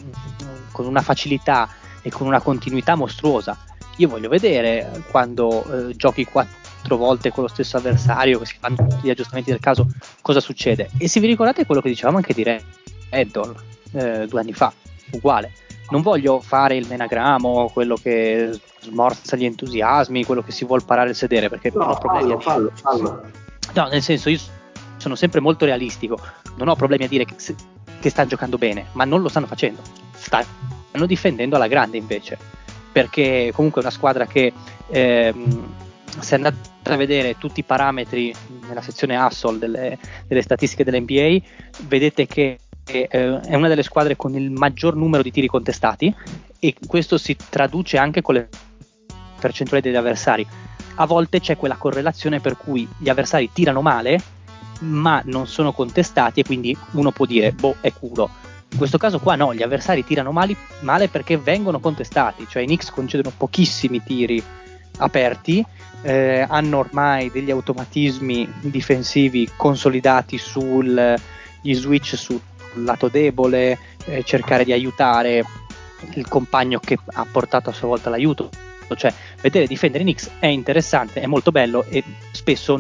[SPEAKER 5] facilità e con una continuità mostruosa. Io voglio vedere quando giochi 4 volte con lo stesso avversario, che si fanno tutti gli aggiustamenti del caso, cosa succede. E se vi ricordate quello che dicevamo anche di Randall 2 anni fa, uguale. Non voglio fare il menagramo, quello che smorza gli entusiasmi, quello che si vuol parare il sedere, perché non ho problemi.
[SPEAKER 6] Fallo.
[SPEAKER 5] No, nel senso, io sono sempre molto realistico, non ho problemi a dire che stanno giocando bene, ma non lo stanno facendo, stanno difendendo alla grande invece, perché comunque è una squadra che se andate a vedere tutti i parametri nella sezione Hustle delle statistiche dell'NBA, vedete che è una delle squadre con il maggior numero di tiri contestati, e questo si traduce anche con le percentuali degli avversari. A volte c'è quella correlazione per cui gli avversari tirano male ma non sono contestati, e quindi uno può dire boh, è culo. In questo caso qua no, gli avversari tirano male perché vengono contestati, cioè i Knicks concedono pochissimi tiri aperti, hanno ormai degli automatismi difensivi consolidati sugli switch sul lato debole, cercare di aiutare il compagno che ha portato a sua volta l'aiuto. Cioè, vedere difendere i Knicks è interessante, è molto bello, e spesso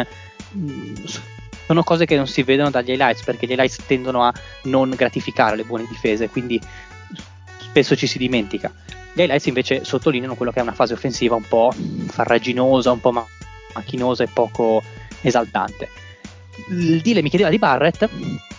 [SPEAKER 5] sono cose che non si vedono dagli highlights, perché gli highlights tendono a non gratificare le buone difese, quindi spesso ci si dimentica. Gli highlights invece sottolineano quello che è una fase offensiva un po' farraginosa, un po' macchinosa e poco esaltante. Il deal mi chiedeva di Barrett.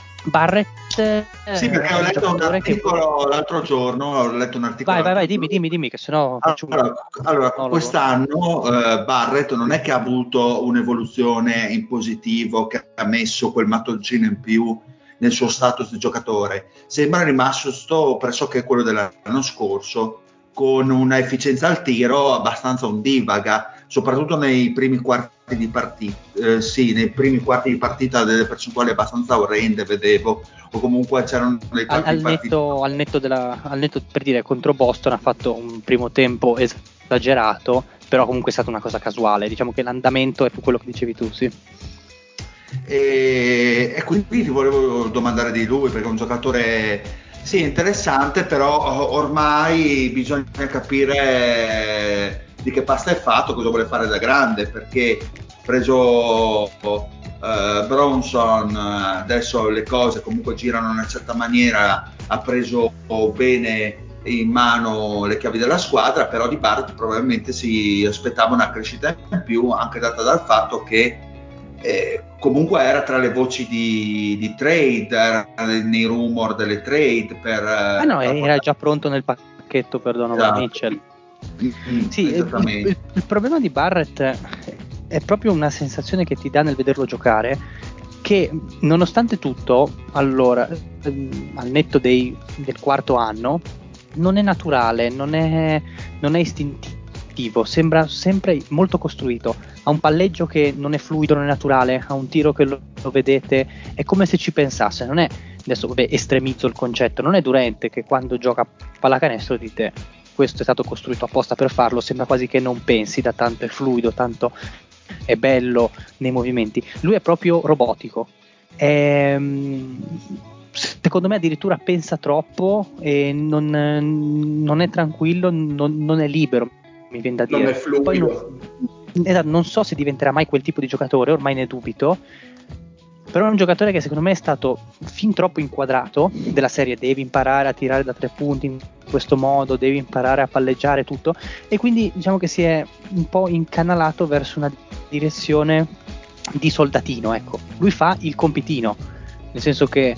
[SPEAKER 2] Sì, perché ho letto un articolo l'altro giorno, ho letto un articolo.
[SPEAKER 5] Vai, dimmi, che sennò faccio
[SPEAKER 2] allora quest'anno Barrett non è che ha avuto un'evoluzione in positivo, che ha messo quel mattoncino in più nel suo status di giocatore. Sembra rimasto pressoché quello dell'anno scorso, con una efficienza al tiro abbastanza ondivaga, soprattutto nei primi quarti di partita. Nei primi quarti di partita delle percentuali abbastanza orrende vedevo, o comunque c'erano dei quarti di partita.
[SPEAKER 5] Al netto per dire, contro Boston ha fatto un primo tempo esagerato, però comunque è stata una cosa casuale, diciamo che l'andamento è quello che dicevi tu, sì.
[SPEAKER 2] E quindi ti volevo domandare di lui, perché è un giocatore sì interessante, però ormai bisogna capire di che pasta è fatto, cosa vuole fare da grande, perché preso Bronson, adesso le cose comunque girano in una certa maniera, ha preso bene in mano le chiavi della squadra, però di Barrett probabilmente si aspettava una crescita in più, anche data dal fatto che comunque era tra le voci di trade, era nei rumor delle trade
[SPEAKER 5] era già pronto nel pacchetto per Donovan Mitchell. Sì, il problema di Barrett è proprio una sensazione che ti dà nel vederlo giocare, che nonostante tutto, allora, al netto del quarto anno, non è naturale, non è istintivo, sembra sempre molto costruito, ha un palleggio che non è fluido, non è naturale, ha un tiro che lo vedete, è come se ci pensasse, non è, adesso estremizzo il concetto, non è Durant che quando gioca pallacanestro dite questo è stato costruito apposta per farlo, sembra quasi che non pensi, da tanto è fluido, tanto è bello nei movimenti. Lui è proprio robotico, secondo me addirittura pensa troppo e non è tranquillo, non è libero, mi viene da dire.
[SPEAKER 6] Non è fluido.
[SPEAKER 5] Poi non so se diventerà mai quel tipo di giocatore, ormai ne dubito, però è un giocatore che secondo me è stato fin troppo inquadrato, della serie devi imparare a tirare da 3 punti in questo modo, devi imparare a palleggiare tutto, e quindi diciamo che si è un po' incanalato verso una direzione di soldatino, ecco. Lui fa il compitino, nel senso che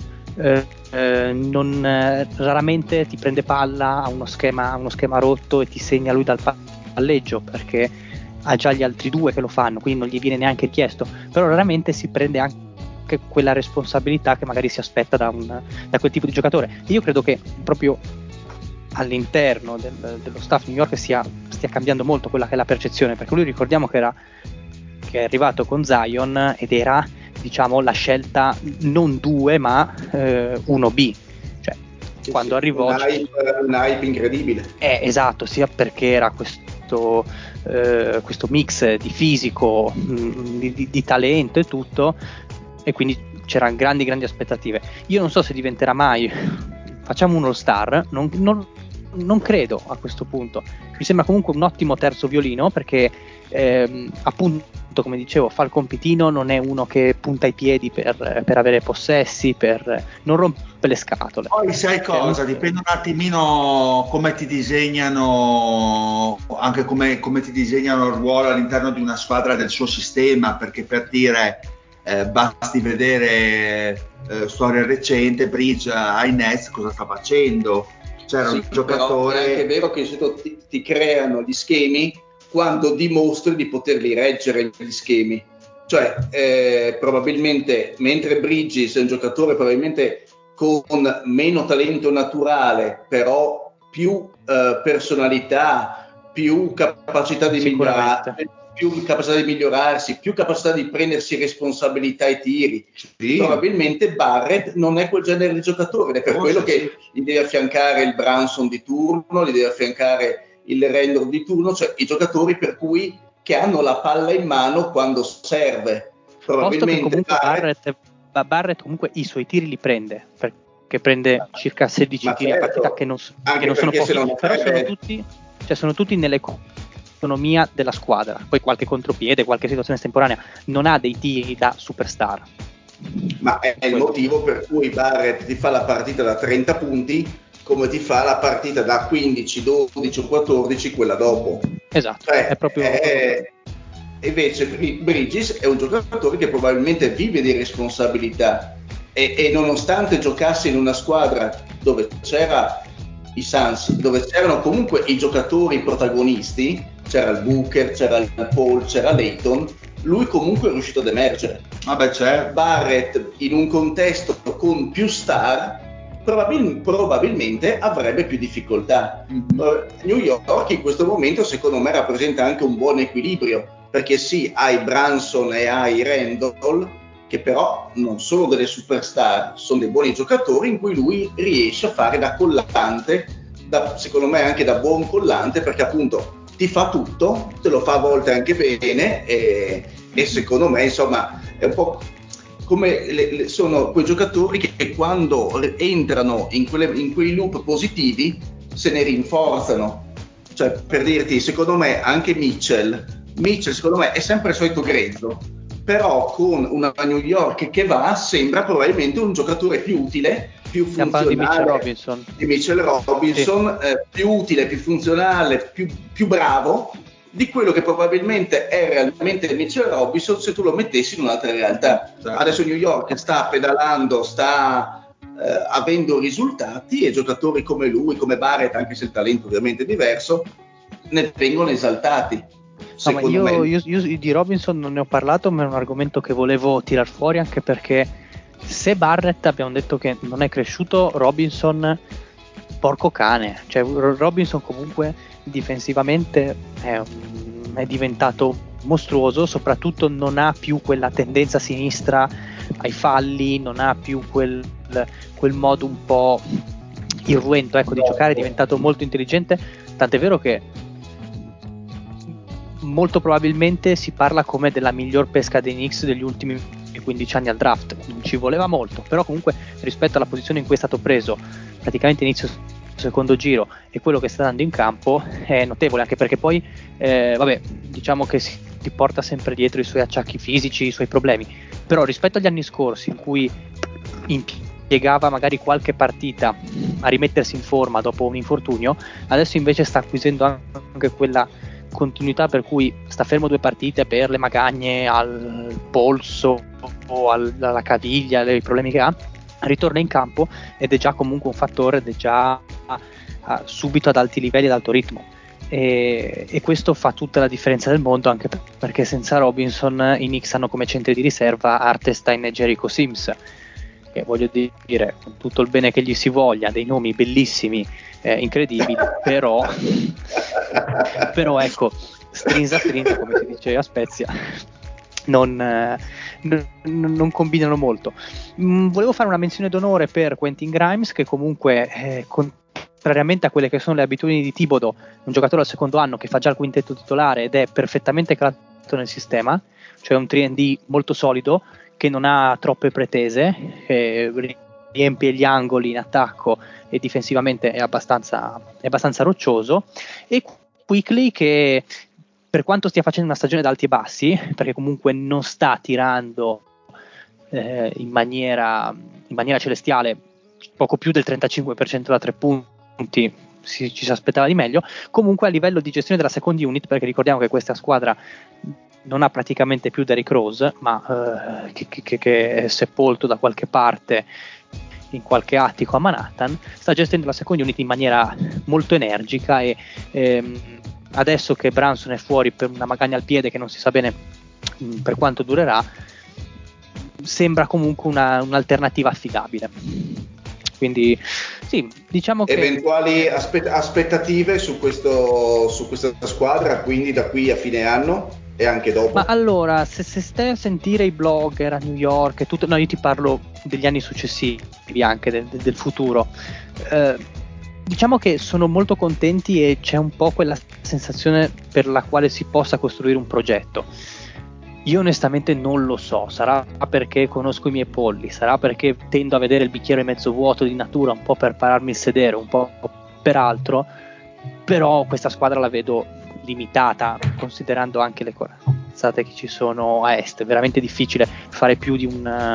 [SPEAKER 5] raramente ti prende palla, ha uno schema rotto e ti segna lui dal palleggio, perché ha già gli altri due che lo fanno, quindi non gli viene neanche chiesto, però raramente si prende anche quella responsabilità che magari si aspetta da quel tipo di giocatore. E io credo che proprio all'interno dello staff New York stia cambiando molto quella che è la percezione, perché lui, ricordiamo che è arrivato con Zion ed era, diciamo, la scelta non 2 ma 1B, cioè quando arrivò
[SPEAKER 6] un hype incredibile,
[SPEAKER 5] esatto, sia perché era questo mix di fisico, di talento e tutto, e quindi c'erano grandi aspettative. Io non so se diventerà mai, facciamo un all-star, non credo a questo punto. Mi sembra comunque un ottimo terzo violino, perché appunto, come dicevo, fa il compitino, non è uno che punta i piedi per avere possessi, non rompe le scatole.
[SPEAKER 2] Poi sai cosa? Dipende un attimino come ti disegnano, anche come ti disegnano il ruolo all'interno di una squadra del suo sistema, perché per dire basti vedere storia recente, Bridge ai Nets cosa sta facendo. C'era un giocatore.
[SPEAKER 6] Però è anche vero che ti creano gli schemi quando dimostri di poterli reggere gli schemi. Cioè, probabilmente, mentre Bridges è un giocatore probabilmente con meno talento naturale, però più personalità, più capacità di migliorarsi, più capacità di prendersi responsabilità ai tiri. Sì. Probabilmente Barrett non è quel genere di giocatore, ed è per quello che gli deve affiancare il Brunson di turno, gli deve affiancare il Randle di turno, cioè i giocatori per cui che hanno la palla in mano quando serve.
[SPEAKER 5] Probabilmente comunque Barrett comunque i suoi tiri li prende, perché prende circa 16 tiri a partita, che non sono pochi, però sono tutti nell'economia della squadra. Poi qualche contropiede, qualche situazione estemporanea, non ha dei tiri da superstar.
[SPEAKER 6] Ma è il motivo per cui Barrett ti fa la partita da 30 punti come ti fa la partita da 15, 12 o 14 quella dopo.
[SPEAKER 5] Esatto, cioè, è proprio...
[SPEAKER 6] Invece Bridges è un giocatore che probabilmente vive di responsabilità e nonostante giocasse in una squadra dove c'era i Suns, dove c'erano comunque i giocatori protagonisti, c'era il Booker, c'era il Paul, c'era Layton, lui comunque è riuscito ad emergere. Barrett in un contesto con più star probabilmente avrebbe più difficoltà. New York in questo momento secondo me rappresenta anche un buon equilibrio, perché sì, hai Brunson e hai Randle, che però non sono delle superstar, sono dei buoni giocatori in cui lui riesce a fare da collante, secondo me anche da buon collante, perché appunto ti fa tutto, te lo fa a volte anche bene e secondo me insomma è un po' come sono quei giocatori che quando entrano in quei loop positivi se ne rinforzano. Cioè, per dirti, secondo me anche Mitchell secondo me è sempre il solito grezzo, però con una New York che va sembra probabilmente un giocatore più utile, più funzionale
[SPEAKER 5] di Mitchell Robinson,
[SPEAKER 6] sì. Più utile, più funzionale, più bravo di quello che probabilmente è realmente Mitchell Robinson se tu lo mettessi in un'altra realtà. Adesso New York sta pedalando, sta avendo risultati, e giocatori come lui, come Barrett, anche se il talento ovviamente è diverso, ne vengono esaltati.
[SPEAKER 5] No, ma io di Robinson non ne ho parlato, ma è un argomento che volevo tirar fuori, anche perché se Barrett abbiamo detto che non è cresciuto, Robinson porco cane, cioè Robinson comunque difensivamente è diventato mostruoso, soprattutto non ha più quella tendenza a sinistra ai falli, non ha più quel modo un po' irruento, ecco, di giocare, è diventato molto intelligente, tant'è vero che molto probabilmente si parla come della miglior pesca dei Knicks degli ultimi 15 anni al draft. Non ci voleva molto, però comunque rispetto alla posizione in cui è stato preso praticamente inizio secondo giro e quello che sta dando in campo è notevole, anche perché poi diciamo che si porta sempre dietro i suoi acciacchi fisici, i suoi problemi, però rispetto agli anni scorsi in cui impiegava magari qualche partita a rimettersi in forma dopo un infortunio, adesso invece sta acquisendo anche quella continuità per cui sta fermo 2 partite per le magagne al polso o alla caviglia, i problemi che ha, ritorna in campo ed è già comunque un fattore, ed è già subito ad alti livelli, ad alto ritmo, e questo fa tutta la differenza del mondo, anche perché senza Robinson i Knicks hanno come centri di riserva Hartenstein e Jericho Sims, che voglio dire, con tutto il bene che gli si voglia, dei nomi bellissimi, incredibili, però ecco, strinza come si dice a Spezia, non combinano molto. Volevo fare una menzione d'onore per Quentin Grimes, che comunque contrariamente a quelle che sono le abitudini di Thibodeau, un giocatore al secondo anno che fa già il quintetto titolare ed è perfettamente calato nel sistema, cioè un 3&D molto solido che non ha troppe pretese, riempie gli angoli in attacco e difensivamente è abbastanza roccioso, e Quickley, che per quanto stia facendo una stagione da alti e bassi, perché comunque non sta tirando in maniera celestiale, poco più del 35% da 3 punti, ci si aspettava di meglio, comunque a livello di gestione della second unit, perché ricordiamo che questa squadra non ha praticamente più Derrick Rose, ma che è sepolto da qualche parte in qualche attico a Manhattan, sta gestendo la second unit in maniera molto energica e adesso che Brunson è fuori per una magagna al piede che non si sa bene per quanto durerà, sembra comunque un'alternativa affidabile. Quindi sì, diciamo che
[SPEAKER 6] eventuali aspettative su questa squadra, quindi da qui a fine anno e anche dopo.
[SPEAKER 5] Ma allora, se stai a sentire i blogger a New York e tutto, no, io ti parlo degli anni successivi, anche del futuro, diciamo che sono molto contenti e c'è un po' quella sensazione per la quale si possa costruire un progetto. Io onestamente non lo so, sarà perché conosco i miei polli, sarà perché tendo a vedere il bicchiere mezzo vuoto di natura, un po' per pararmi il sedere, un po' per altro, però questa squadra la vedo limitata, considerando anche le corazzate che ci sono a est. È veramente difficile fare più di un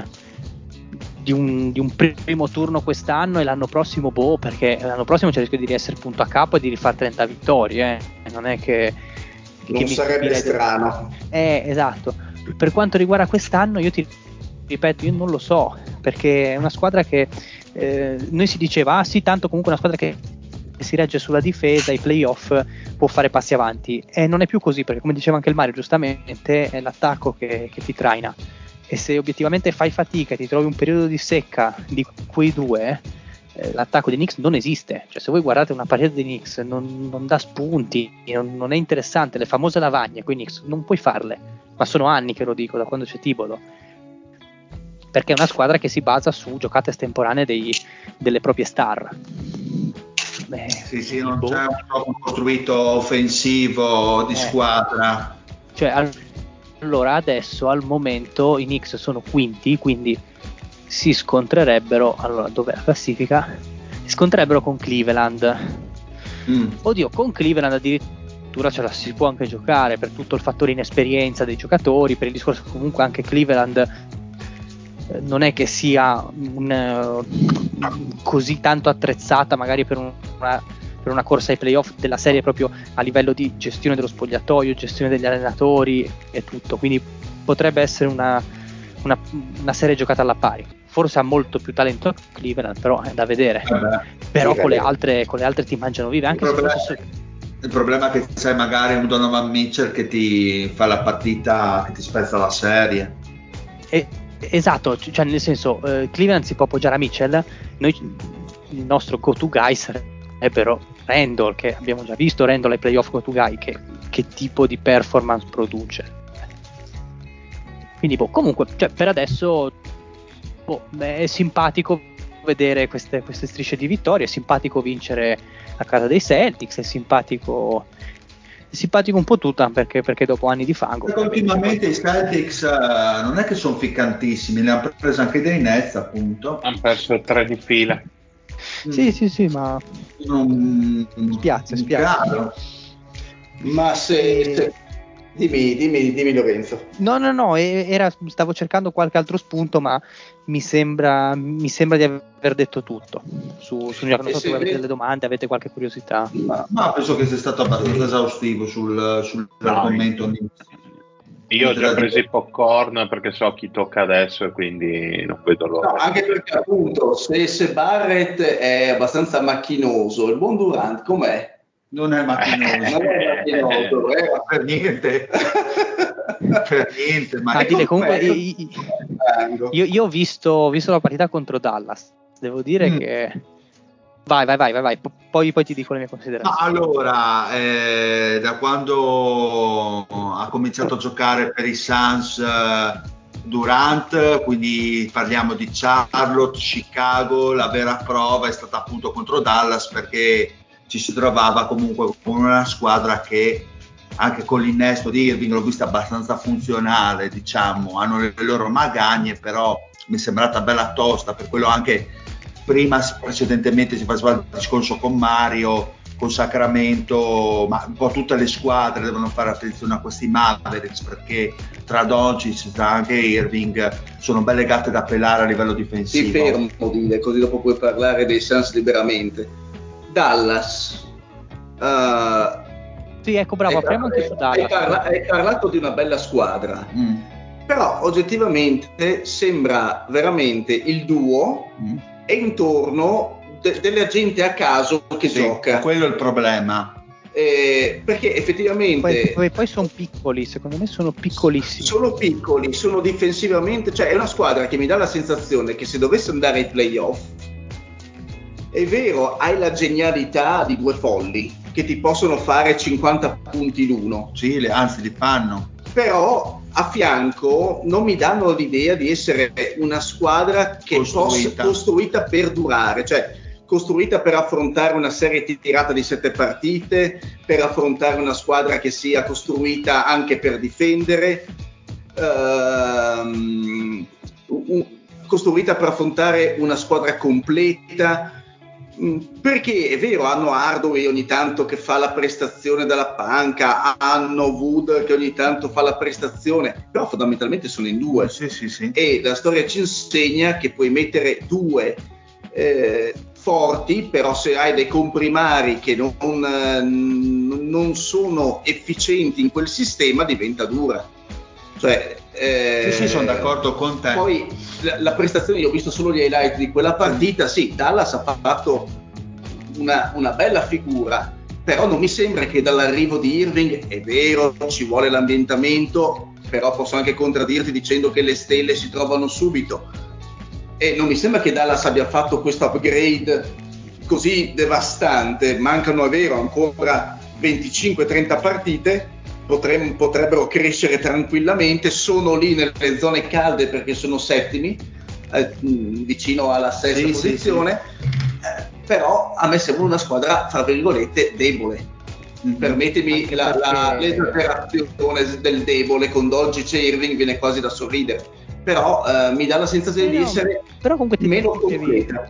[SPEAKER 5] primo turno quest'anno, e l'anno prossimo perché l'anno prossimo c'è il rischio di riessere punto a capo e di rifare 30 vittorie, non è che
[SPEAKER 6] non sarebbe strano.
[SPEAKER 5] Esatto. Per quanto riguarda quest'anno, io ti ripeto, io non lo so, perché è una squadra che noi si diceva sì, tanto comunque una squadra che si regge sulla difesa, i playoff, può fare passi avanti, e non è più così, perché come diceva anche il Mario giustamente, è l'attacco che ti traina, e se obiettivamente fai fatica e ti trovi un periodo di secca di quei due, l'attacco dei Knicks non esiste. Cioè, se voi guardate una partita dei Knicks non dà spunti, non è interessante, le famose lavagne con i Knicks non puoi farle, ma sono anni che lo dico, da quando c'è Thibodeau, perché è una squadra che si basa su giocate estemporanee delle proprie star.
[SPEAKER 2] Sì, non c'è un gioco costruito offensivo di squadra.
[SPEAKER 5] Cioè, allora adesso al momento i Knicks sono quinti, quindi si scontrerebbero, allora dov'è la classifica? Si scontrerebbero con Cleveland. Oddio, con Cleveland addirittura ce la si può anche giocare, per tutto il fattore inesperienza dei giocatori, per il discorso che comunque anche Cleveland non è che sia così tanto attrezzata magari per una corsa ai playoff della serie, proprio a livello di gestione dello spogliatoio, gestione degli allenatori e tutto, quindi potrebbe essere una serie giocata alla pari. Forse ha molto più talento Cleveland, però è da vedere. Però sì, con le altre ti mangiano vive, anche
[SPEAKER 2] il problema è che c'è magari un Donovan Mitchell che ti fa la partita, che ti spezza la serie.
[SPEAKER 5] Esatto, cioè nel senso, Cleveland si può appoggiare a Mitchell, il nostro go-to guy sarebbero Randall, che abbiamo già visto Randall ai playoff go-to guy, che tipo di performance produce. Quindi comunque, cioè, per adesso è simpatico vedere queste strisce di vittorie, è simpatico vincere a casa dei Celtics, è simpatico un po' tutta, perché dopo anni di fango
[SPEAKER 2] ultimamente i Celtics non è che sono ficcantissimi, ne hanno preso anche dei Nets, appunto,
[SPEAKER 4] hanno perso 3 di fila.
[SPEAKER 5] Sì, ma spiace.
[SPEAKER 6] Ma se dimmi Lorenzo.
[SPEAKER 5] No, stavo cercando qualche altro spunto, ma mi sembra di aver detto tutto su New York. Non so se avete delle domande, avete qualche curiosità.
[SPEAKER 2] Ma penso che sia stato abbastanza esaustivo sull'argomento.
[SPEAKER 4] Io ho già preso i popcorn perché so chi tocca adesso e quindi non vedo l'ora.
[SPEAKER 6] No, anche perché appunto se Barrett è abbastanza macchinoso, il buon Durant com'è?
[SPEAKER 2] Non è macchinoso. Per niente. Per niente. Ma
[SPEAKER 5] comunque io ho visto la partita contro Dallas. Devo dire che vai. Poi ti dico le mie considerazioni.
[SPEAKER 2] Ma allora, da quando ha cominciato a giocare per i Suns Durant, quindi parliamo di Charlotte, Chicago, la vera prova è stata appunto contro Dallas, perché ci si trovava comunque con una squadra che anche con l'innesto di Irving l'ho vista abbastanza funzionale, diciamo, hanno le loro magagne, però mi è sembrata bella tosta, per quello anche precedentemente si faceva il discorso con Mario, con Sacramento, ma un po' tutte le squadre devono fare attenzione a questi Mavericks, perché tra Doncic e anche Irving sono belle gatte da pelare a livello difensivo.
[SPEAKER 6] Ti fermo, dire, così dopo puoi parlare dei Suns liberamente. Dallas,
[SPEAKER 5] Sì, ecco, bravo, apriamo anche su Dallas.
[SPEAKER 6] Hai parlato di una bella squadra, però oggettivamente sembra veramente il duo e intorno della gente a caso che gioca.
[SPEAKER 2] Quello è il problema.
[SPEAKER 6] Perché effettivamente
[SPEAKER 5] poi sono piccoli, secondo me sono piccolissimi.
[SPEAKER 6] Sono piccoli, sono difensivamente, cioè è una squadra che mi dà la sensazione che se dovesse andare ai playoff, è vero, hai la genialità di due folli che ti possono fare 50 punti l'uno.
[SPEAKER 2] Sì, anzi li fanno.
[SPEAKER 6] Però a fianco non mi danno l'idea di essere una squadra che costruita per durare, cioè costruita per affrontare una serie tirata di 7 partite, per affrontare una squadra che sia costruita anche per difendere, costruita per affrontare una squadra completa. Perché è vero, hanno Hardaway ogni tanto che fa la prestazione dalla panca, hanno Wood che ogni tanto fa la prestazione, però fondamentalmente sono in due.
[SPEAKER 2] Sì.
[SPEAKER 6] E la storia ci insegna che puoi mettere due forti, però se hai dei comprimari che non sono efficienti in quel sistema diventa dura. Cioè,
[SPEAKER 2] sì, sono d'accordo con te.
[SPEAKER 6] Poi la prestazione, io ho visto solo gli highlight di quella partita, sì, Dallas ha fatto una bella figura, però non mi sembra che dall'arrivo di Irving, è vero, ci vuole l'ambientamento, però posso anche contraddirti dicendo che le stelle si trovano subito, e non mi sembra che Dallas abbia fatto questo upgrade così devastante. Mancano, è vero, ancora 25-30 partite, potrebbero crescere tranquillamente, sono lì nelle zone calde perché sono settimi, vicino alla sesta posizione. Però a me sembra una squadra, fra virgolette, debole. Permettimi l'esagerazione del debole con Doncic e Irving, viene quasi da sorridere, però mi dà la sensazione di essere meno completa.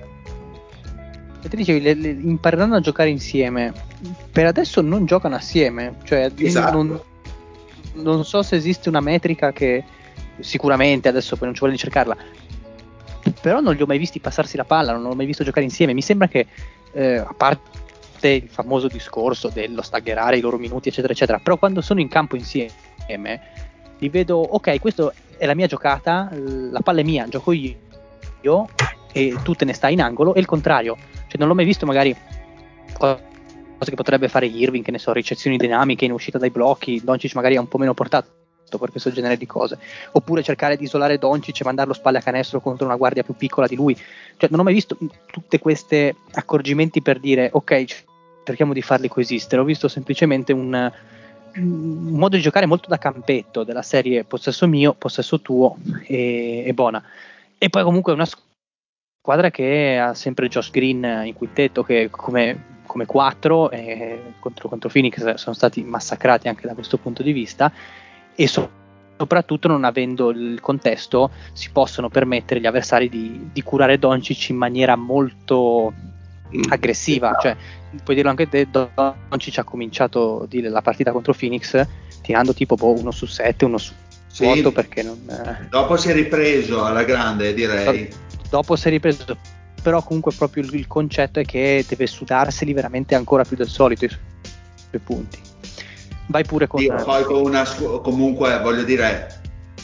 [SPEAKER 5] Ti dicevi, impareranno a giocare insieme. Per adesso non giocano assieme, cioè
[SPEAKER 6] esatto.
[SPEAKER 5] non so se esiste una metrica che sicuramente adesso poi non ci vuole cercarla, però non li ho mai visti passarsi la palla, non ho mai visto giocare insieme. Mi sembra che a parte il famoso discorso dello staggerare i loro minuti eccetera eccetera, però quando sono in campo insieme li vedo, ok, questa è la mia giocata, la palla è mia, gioco io e tu te ne stai in angolo, e il contrario, cioè non l'ho mai visto magari cose che potrebbe fare Irving, che ne so, ricezioni dinamiche in uscita dai blocchi. Doncic magari è un po' meno portato per questo genere di cose, oppure cercare di isolare Doncic e mandarlo spalle a canestro contro una guardia più piccola di lui. Cioè non ho mai visto tutte queste accorgimenti per dire ok, cerchiamo di farli coesistere. Ho visto semplicemente un modo di giocare molto da campetto, della serie possesso mio, possesso tuo e buona. E poi comunque una squadra che ha sempre Josh Green in quintetto, che come 4 contro Phoenix sono stati massacrati anche da questo punto di vista, e soprattutto non avendo il contesto si possono permettere gli avversari di curare Doncic in maniera molto aggressiva. Cioè, puoi dirlo anche te, Doncic ha cominciato la partita contro Phoenix tirando tipo 1 su 7, 1 su 8, perché non
[SPEAKER 2] dopo si è ripreso alla grande, direi.
[SPEAKER 5] Dopo si è ripreso, però comunque proprio il concetto è che deve sudarseli veramente ancora più del solito i suoi punti. Vai pure con
[SPEAKER 2] poi con comunque voglio dire,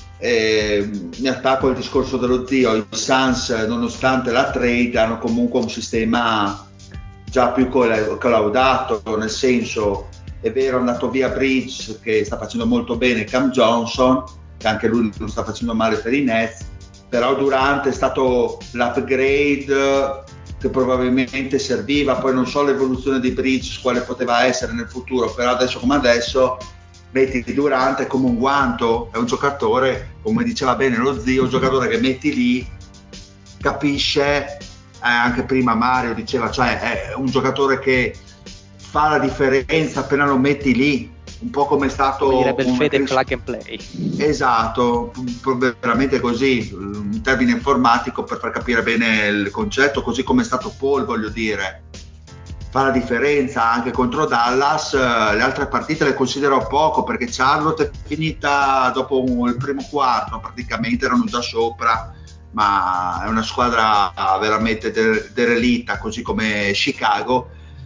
[SPEAKER 2] mi attacco al discorso dello zio. I Suns, nonostante la trade, hanno comunque un sistema già più collaudato, nel senso, è vero, è andato via Bridges che sta facendo molto bene, Cam Johnson che anche lui non sta facendo male per i Nets, però Durant è stato l'upgrade che probabilmente serviva. Poi non so l'evoluzione di Bridges quale poteva essere nel futuro, però adesso come adesso metti Durant è come un guanto, è un giocatore, come diceva bene lo zio, un giocatore che metti lì, capisce, anche prima Mario diceva, cioè è un giocatore che fa la differenza appena lo metti lì, un po' come è stato,
[SPEAKER 5] come direbbe il Fede, plug and play.
[SPEAKER 2] Esatto, veramente così, un termine informatico per far capire bene il concetto, così come è stato Paul, voglio dire, fa la differenza anche contro Dallas. Le altre partite le considero poco, perché Charlotte è finita dopo il primo quarto, praticamente erano già sopra, ma è una squadra veramente derelitta, così come Chicago.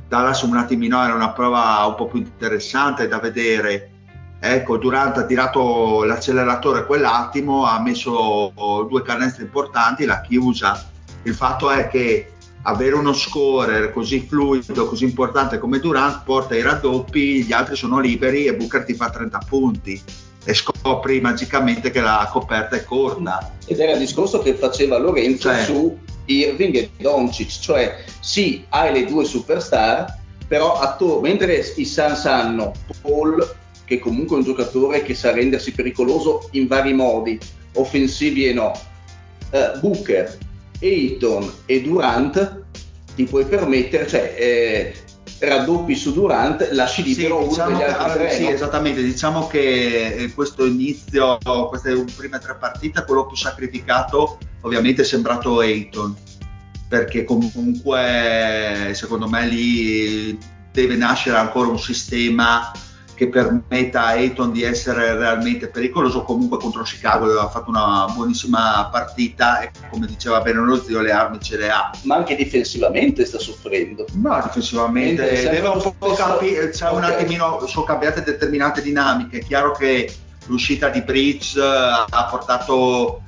[SPEAKER 2] Dallas un attimino era una prova un po' più interessante da vedere. Ecco, Durant ha tirato l'acceleratore quell'attimo, ha messo 2 canestri importanti, l'ha chiusa. Il fatto è che avere uno scorer così fluido, così importante come Durant porta i raddoppi, gli altri sono liberi e Booker ti fa 30 punti e scopri magicamente che la coperta è corta.
[SPEAKER 6] Ed era il discorso che faceva Lorenzo su Irving e Doncic, cioè sì, hai le 2 superstar, però mentre i Suns hanno Paul, che comunque è un giocatore che sa rendersi pericoloso in vari modi, offensivi e no, Booker, Ayton e Durant, ti puoi permettere, cioè raddoppi su Durant, lasci libero uno degli altri 3.
[SPEAKER 2] Sì, no? Esattamente, diciamo che questo inizio, queste prime 3 partite, quello più sacrificato ovviamente è sembrato Ayton, perché comunque secondo me lì deve nascere ancora un sistema che permetta a Ayton di essere realmente pericoloso. Comunque contro Chicago aveva fatto una buonissima partita e, come diceva bene lo zio, le armi ce le ha.
[SPEAKER 6] Ma anche difensivamente sta soffrendo.
[SPEAKER 2] No, difensivamente deve un po' capire, c'è un attimino, sono cambiate determinate dinamiche. È chiaro che l'uscita di Bridge ha portato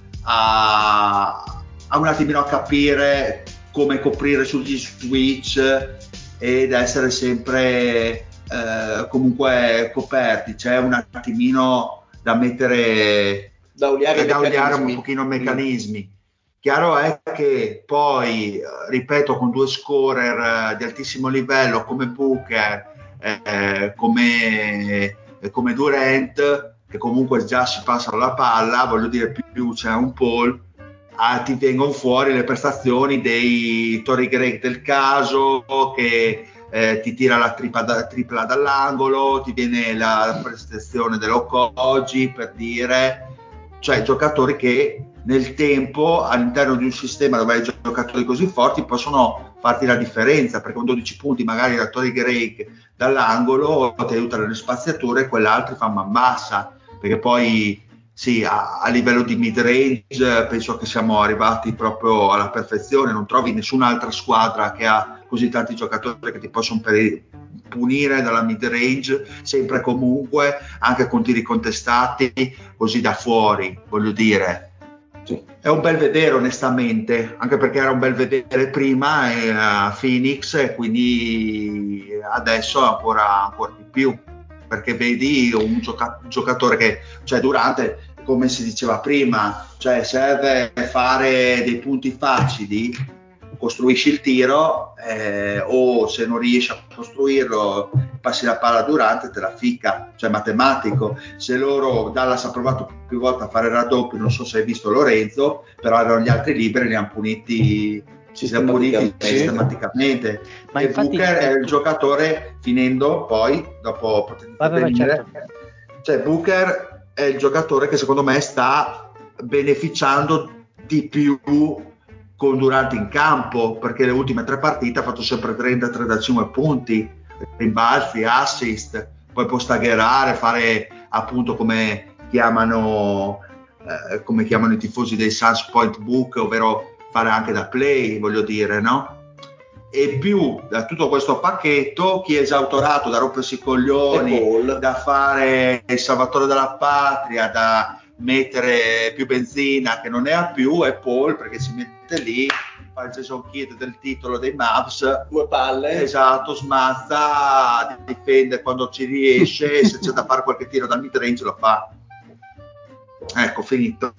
[SPEAKER 2] a un attimino a capire come coprire sugli switch ed essere sempre comunque coperti. C'è un attimino da mettere, da oliare un pochino i meccanismi. Chiaro è che poi, ripeto, con 2 scorer di altissimo livello come Booker, come Durant, che comunque già si passano la palla, voglio dire, più c'è un Paul, ti vengono fuori le prestazioni dei Torrey Craig del caso, che ti tira la tripla dall'angolo, ti viene la prestazione dell'Okoji, per dire, cioè giocatori che nel tempo all'interno di un sistema dove hai giocatori così forti possono farti la differenza, perché con 12 punti magari da Torrey Craig dall'angolo ti aiutano le spaziature e quell'altro fa man bassa, perché poi sì, a livello di mid range penso che siamo arrivati proprio alla perfezione. Non trovi nessun'altra squadra che ha così tanti giocatori che ti possono punire dalla mid range sempre e comunque, anche con tiri contestati così da fuori, voglio dire. È un bel vedere, onestamente, anche perché era un bel vedere prima a Phoenix, e quindi adesso ancora di più, perché vedi un giocatore che, cioè, Durant, come si diceva prima, cioè serve fare dei punti facili, costruisci il tiro, o se non riesci a costruirlo passi la palla a Durant e te la ficca, cioè matematico. Se loro, Dallas ha provato più volte a fare raddoppi, non so se hai visto Lorenzo, però erano gli altri liberi, li hanno puniti sistematicamente. Ma e Booker è il giocatore, finendo poi, dopo potete venire, certo. Cioè Booker è il giocatore che secondo me sta beneficiando di più con Durant in campo, perché le ultime 3 partite ha fatto sempre 30-35 punti, rimbalzi, assist, poi può staggerare, fare appunto come chiamano i tifosi dei Suns point book, ovvero fare anche da play, voglio dire, no? E più da tutto questo pacchetto, chi è esautorato da rompersi i coglioni, da fare il salvatore della patria, da mettere più benzina che non ne ha più, è Paul, perché si mette lì, fa il Jason Kidd del titolo dei Mavs,
[SPEAKER 6] 2 palle,
[SPEAKER 2] esatto, smazza, difende quando ci riesce, se c'è da fare qualche tiro dal mid range lo fa. Ecco, finito.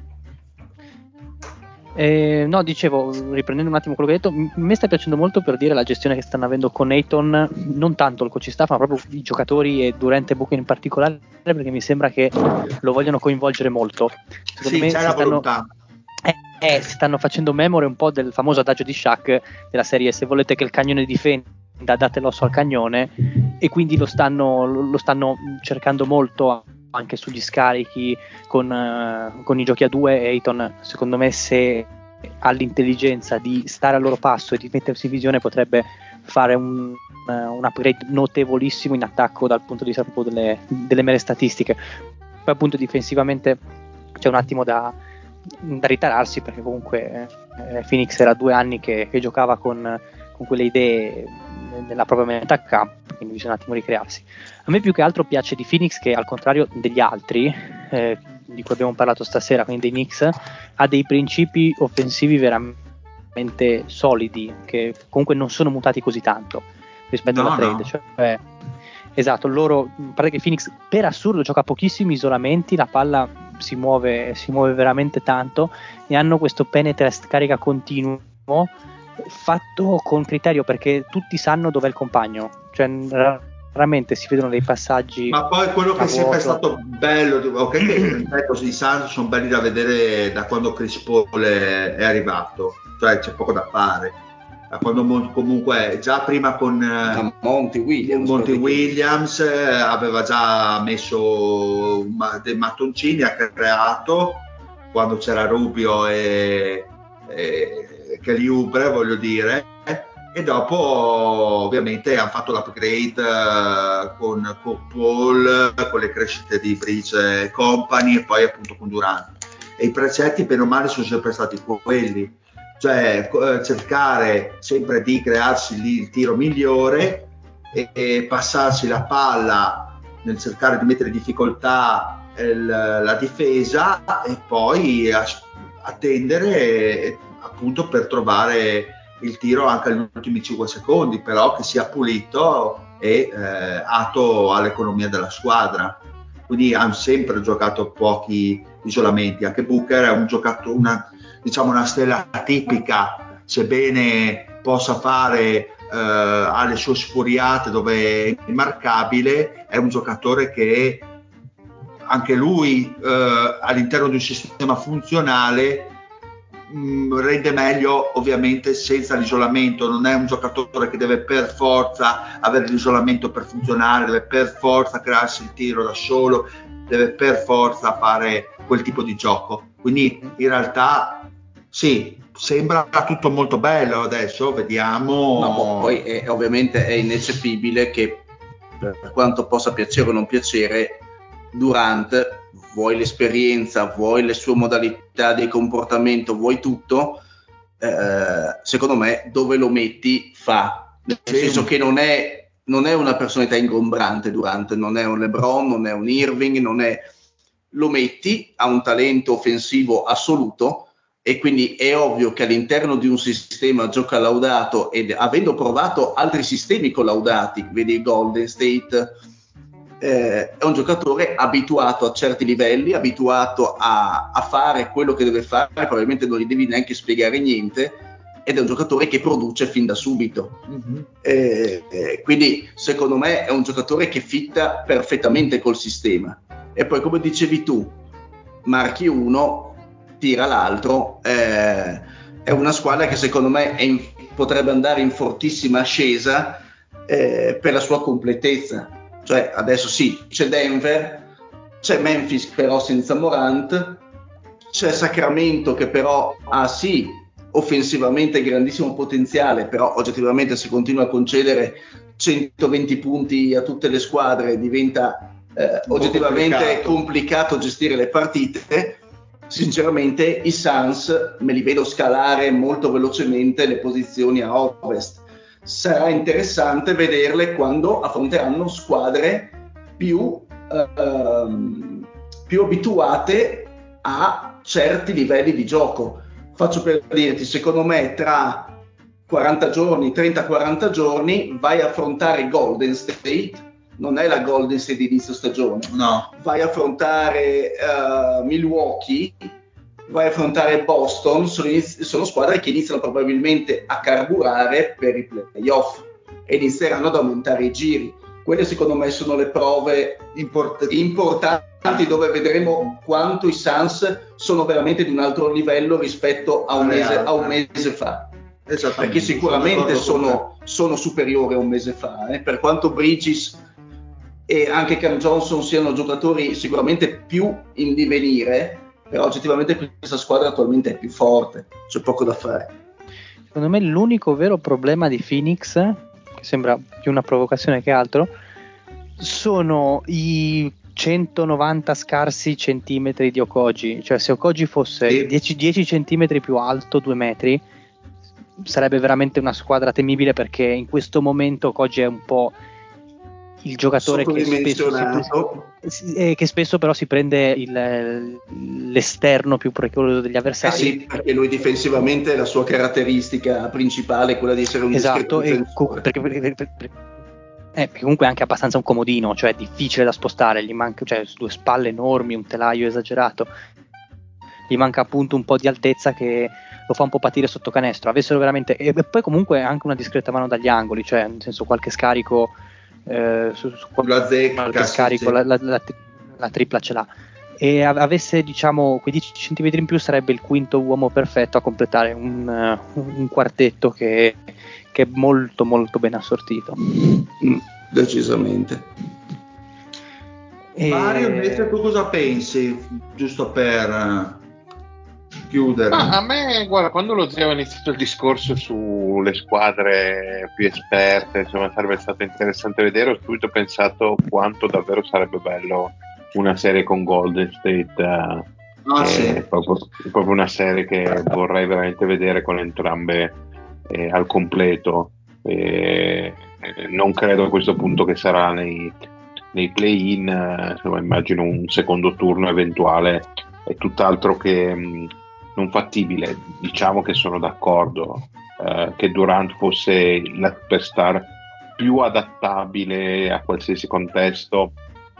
[SPEAKER 5] No, dicevo, riprendendo un attimo quello che hai detto, mi sta piacendo molto, per dire, la gestione che stanno avendo con Ayton, non tanto il coach staff ma proprio i giocatori e Durant e Booker in particolare, perché mi sembra che lo vogliono coinvolgere molto.
[SPEAKER 2] Secondo me c'è la volontà.
[SPEAKER 5] Si stanno facendo memoria un po' del famoso adagio di Shaq della serie: se volete che il cagnone difenda, date l'osso al cagnone, e quindi lo stanno cercando molto anche sugli scarichi con i giochi a 2. Ayton, secondo me, se ha l'intelligenza di stare al loro passo e di mettersi in visione, potrebbe fare un upgrade notevolissimo in attacco dal punto di vista proprio delle mere statistiche. Poi appunto difensivamente c'è un attimo da ritararsi, perché comunque Phoenix era 2 anni che giocava con quelle idee nella propria metà campo, quindi bisogna un attimo ricrearsi. A me più che altro piace di Phoenix che, al contrario degli altri di cui abbiamo parlato stasera, quindi dei Knicks, ha dei principi offensivi veramente solidi, che comunque non sono mutati così tanto rispetto alla trade. Cioè, esatto, loro, a parte che Phoenix per assurdo gioca pochissimi isolamenti, la palla si muove veramente tanto, e hanno questo penetrance carica continuo fatto con criterio, perché tutti sanno dov'è il compagno, cioè raramente si vedono dei passaggi.
[SPEAKER 2] Ma poi quello che è sempre stato bello, ok, che i Suns sono belli da vedere da quando Chris Paul è arrivato, cioè c'è poco da fare. Da quando comunque già prima con
[SPEAKER 6] Monty
[SPEAKER 2] Williams aveva già messo dei mattoncini, ha creato quando c'era Rubio e Kelly Oubre, voglio dire, e dopo ovviamente hanno fatto l'upgrade con Paul, con le crescite di Bridge e Company, e poi appunto con Durant, e i precetti bene o male sono sempre stati quelli, cioè cercare sempre di crearsi il tiro migliore e passarsi la palla nel cercare di mettere in difficoltà la difesa, e poi attendere appunto per trovare il tiro anche agli ultimi 5 secondi, però che sia pulito e atto all'economia della squadra. Quindi hanno sempre giocato pochi isolamenti. Anche Booker è un giocatore, una stella tipica, sebbene possa fare ha le sue sfuriate dove è immarcabile, è un giocatore che anche lui all'interno di un sistema funzionale rende meglio, ovviamente senza l'isolamento. Non è un giocatore che deve per forza avere l'isolamento per funzionare, deve per forza crearsi il tiro da solo, deve per forza fare quel tipo di gioco. Quindi in realtà sì, sembra tutto molto bello adesso, vediamo.
[SPEAKER 6] No, poi ovviamente è ineccepibile che, per quanto possa piacere o non piacere, Durant, vuoi l'esperienza, vuoi le sue modalità di comportamento, vuoi tutto, secondo me dove lo metti fa, nel senso che non è una personalità ingombrante Durant, non è un LeBron, non è un Irving, lo metti, ha un talento offensivo assoluto, e quindi è ovvio che all'interno di un sistema gioca laudato, ed avendo provato altri sistemi collaudati, vedi Golden State, è un giocatore abituato a certi livelli, abituato a fare quello che deve fare, probabilmente non gli devi neanche spiegare niente, ed è un giocatore che produce fin da subito. Quindi secondo me è un giocatore che fitta perfettamente col sistema. E poi, come dicevi tu, marchi uno, tira l'altro, è una squadra che secondo me potrebbe andare in fortissima ascesa per la sua completezza. Cioè adesso sì, c'è Denver, c'è Memphis però senza Morant, c'è Sacramento che però ha sì offensivamente grandissimo potenziale, però oggettivamente se continua a concedere 120 punti a tutte le squadre diventa oggettivamente complicato gestire le partite. Sinceramente i Suns me li vedo scalare molto velocemente le posizioni a ovest. Sarà interessante vederle quando affronteranno squadre più abituate a certi livelli di gioco. Faccio per dirti, secondo me tra 30-40 giorni vai a affrontare Golden State, non è la Golden State di inizio stagione,
[SPEAKER 2] no.
[SPEAKER 6] Vai a affrontare Milwaukee, vai a affrontare Boston, sono squadre che iniziano probabilmente a carburare per i playoff e inizieranno ad aumentare i giri. Quelle secondo me sono le prove importanti dove vedremo quanto i Suns sono veramente di un altro livello rispetto a un mese fa. Perché sicuramente sono superiori a un mese fa, per quanto Bridges e anche Cam Johnson siano giocatori sicuramente più in divenire, però oggettivamente questa squadra attualmente è più forte, c'è poco da fare.
[SPEAKER 5] Secondo me l'unico vero problema di Phoenix, che sembra più una provocazione che altro, sono i 190 scarsi centimetri di Okogie. Cioè se Okogie fosse 10 centimetri più alto, 2 metri, sarebbe veramente una squadra temibile, perché in questo momento Koji è un po' il giocatore che spesso però si prende l'esterno più pericoloso degli avversari.
[SPEAKER 6] Sì, perché lui difensivamente la sua caratteristica principale è quella di essere un
[SPEAKER 5] esatto, perché comunque è anche abbastanza un comodino, cioè è difficile da spostare, gli manca, cioè, 2 spalle enormi, un telaio esagerato, gli manca appunto un po' di altezza che lo fa un po' patire sotto canestro. Avessero veramente, e poi comunque anche una discreta mano dagli angoli, cioè nel senso qualche scarico su qualche scarico, sì. La tripla ce l'ha, e avesse diciamo quei 10 cm in più sarebbe il quinto uomo perfetto a completare un quartetto che è molto molto ben assortito.
[SPEAKER 6] Decisamente.
[SPEAKER 2] Mario, invece tu cosa pensi, giusto per chiudere?
[SPEAKER 4] A me, guarda, quando lo zio ha iniziato il discorso sulle squadre più esperte, insomma, sarebbe stato interessante vedere, ho subito pensato quanto davvero sarebbe bello una serie con Golden State,
[SPEAKER 2] sì.
[SPEAKER 4] proprio una serie che vorrei veramente vedere con entrambe al completo. Non credo a questo punto che sarà nei play-in, insomma, immagino un secondo turno eventuale, è tutt'altro che non fattibile. Diciamo che sono d'accordo che Durant fosse la superstar più adattabile a qualsiasi contesto,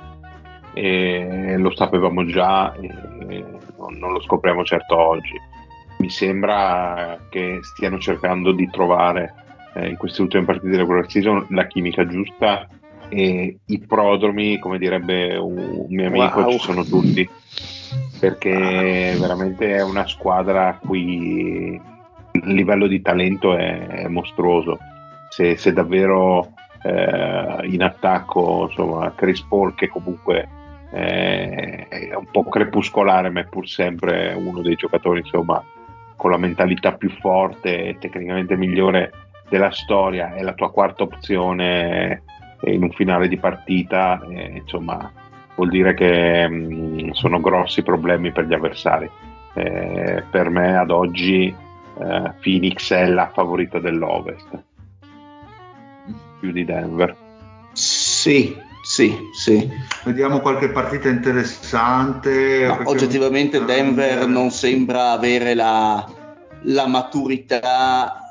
[SPEAKER 4] e lo sapevamo già, e non lo scopriamo certo oggi. Mi sembra che stiano cercando di trovare in queste ultime partite della regular season la chimica giusta, e i prodromi, come direbbe un mio amico, ci sono tutti, perché veramente è una squadra a cui il livello di talento è mostruoso. Se davvero in attacco, insomma, Chris Paul, che comunque è un po' crepuscolare, ma è pur sempre uno dei giocatori, insomma, con la mentalità più forte e tecnicamente migliore della storia, è la tua quarta opzione in un finale di partita, insomma, vuol dire che sono grossi problemi per gli avversari. Per me ad oggi Phoenix è la favorita dell'Ovest, più di Denver.
[SPEAKER 6] Sì.
[SPEAKER 2] Vediamo qualche partita interessante.
[SPEAKER 6] No, oggettivamente Denver non sembra avere la maturità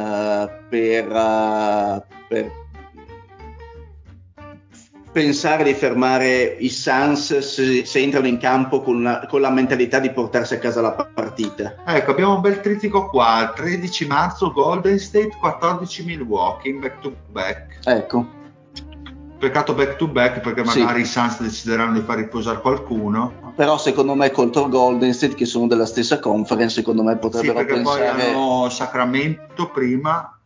[SPEAKER 6] per pensare di fermare i Suns se entrano in campo con la mentalità di portarsi a casa la partita.
[SPEAKER 2] Ecco, abbiamo un bel trittico qua: 13 marzo Golden State, 14 Milwaukee in back to back.
[SPEAKER 6] Ecco.
[SPEAKER 2] Peccato back to back, perché magari i Suns decideranno di far riposare qualcuno.
[SPEAKER 6] Però secondo me contro Golden State, che sono della stessa conference, secondo me potrebbero
[SPEAKER 2] perché
[SPEAKER 6] pensare...
[SPEAKER 2] poi hanno Sacramento prima,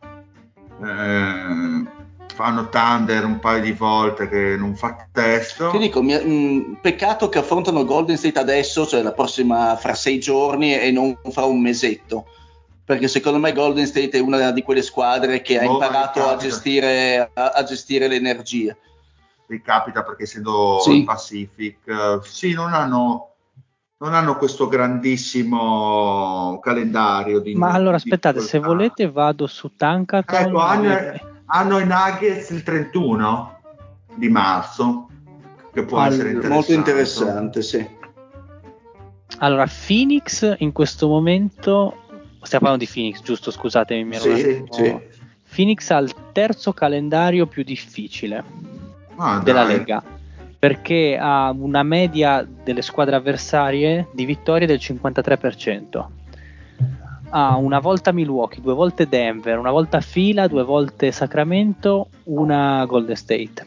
[SPEAKER 2] fanno Thunder un paio di volte che non fa testo.
[SPEAKER 6] Ti dico, peccato che affrontano Golden State adesso, cioè la prossima fra 6 giorni, e non fra un mesetto, perché secondo me Golden State è una di quelle squadre che ha imparato a gestire l'energia.
[SPEAKER 2] Ricapita, perché essendo il Pacific, non hanno questo grandissimo calendario
[SPEAKER 5] ma allora aspettate, se volete vado su Tankathon.
[SPEAKER 2] Ecco, hanno i Nuggets il 31 di marzo, che può essere interessante.
[SPEAKER 6] Molto interessante, sì.
[SPEAKER 5] Allora, Phoenix in questo momento, stiamo parlando di Phoenix, giusto? Scusatemi,
[SPEAKER 6] sì.
[SPEAKER 5] Phoenix ha il terzo calendario più difficile della Lega, perché ha una media delle squadre avversarie di vittorie del 53%. Ha una volta Milwaukee, 2 volte Denver, una volta Fila, 2 volte Sacramento, una Golden State.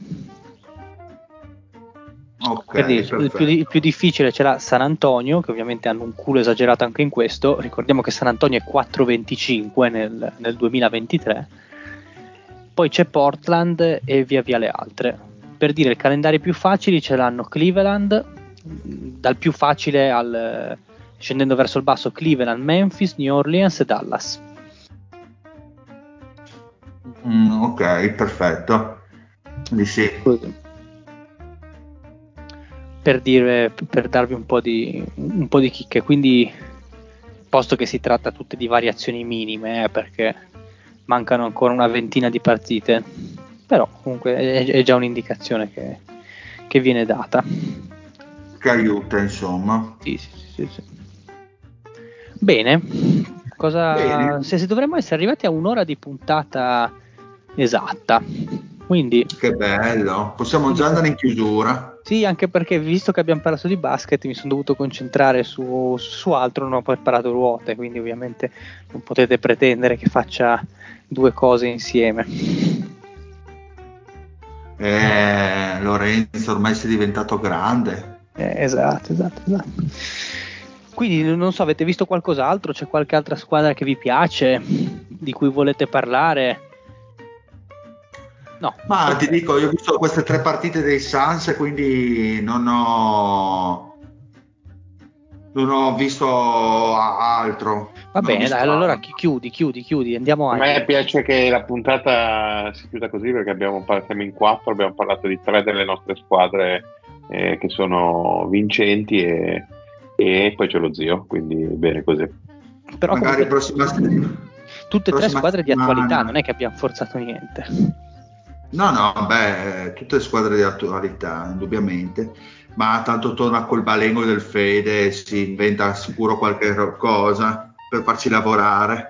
[SPEAKER 2] Okay,
[SPEAKER 5] il più difficile ce l'ha San Antonio, che ovviamente hanno un culo esagerato anche in questo. Ricordiamo che San Antonio è 4-25 nel 2023. Poi c'è Portland e via via le altre. Per dire, il calendario più facili ce l'hanno Cleveland, dal più facile scendendo verso il basso: Cleveland, Memphis, New Orleans e Dallas.
[SPEAKER 2] Ok, perfetto. Quindi sì.
[SPEAKER 5] Per darvi un po' di chicche, quindi posto che si tratta tutte di variazioni minime, perché mancano ancora una ventina di partite, però comunque è già un'indicazione che viene data,
[SPEAKER 2] che aiuta, insomma.
[SPEAKER 5] sì. Bene, se dovremmo essere arrivati a un'ora di puntata esatta, quindi
[SPEAKER 2] che bello, possiamo già andare in chiusura.
[SPEAKER 5] Sì, anche perché visto che abbiamo parlato di basket mi sono dovuto concentrare su altro, non ho preparato ruote, quindi ovviamente non potete pretendere che faccia due cose insieme.
[SPEAKER 2] Lorenzo ormai sei diventato grande.
[SPEAKER 5] Esatto. Quindi non so, avete visto qualcos'altro? C'è qualche altra squadra che vi piace, di cui volete parlare? No.
[SPEAKER 2] Ma ti dico, io ho visto queste 3 partite dei Suns, quindi non ho visto altro.
[SPEAKER 5] Va bene, dai, allora chiudi, andiamo
[SPEAKER 4] A
[SPEAKER 5] avanti.
[SPEAKER 4] me piace che la puntata si chiuda così, perché siamo in 4, abbiamo parlato di 3 delle nostre squadre che sono vincenti e poi c'è lo zio, quindi bene così.
[SPEAKER 5] Però
[SPEAKER 2] magari
[SPEAKER 5] tutte e 3 squadre
[SPEAKER 2] settimana.
[SPEAKER 5] di attualità, non è che abbiamo forzato niente.
[SPEAKER 2] No, tutte squadre di attualità, indubbiamente, ma tanto torna col balengo del Fede, si inventa sicuro qualche cosa per farci lavorare.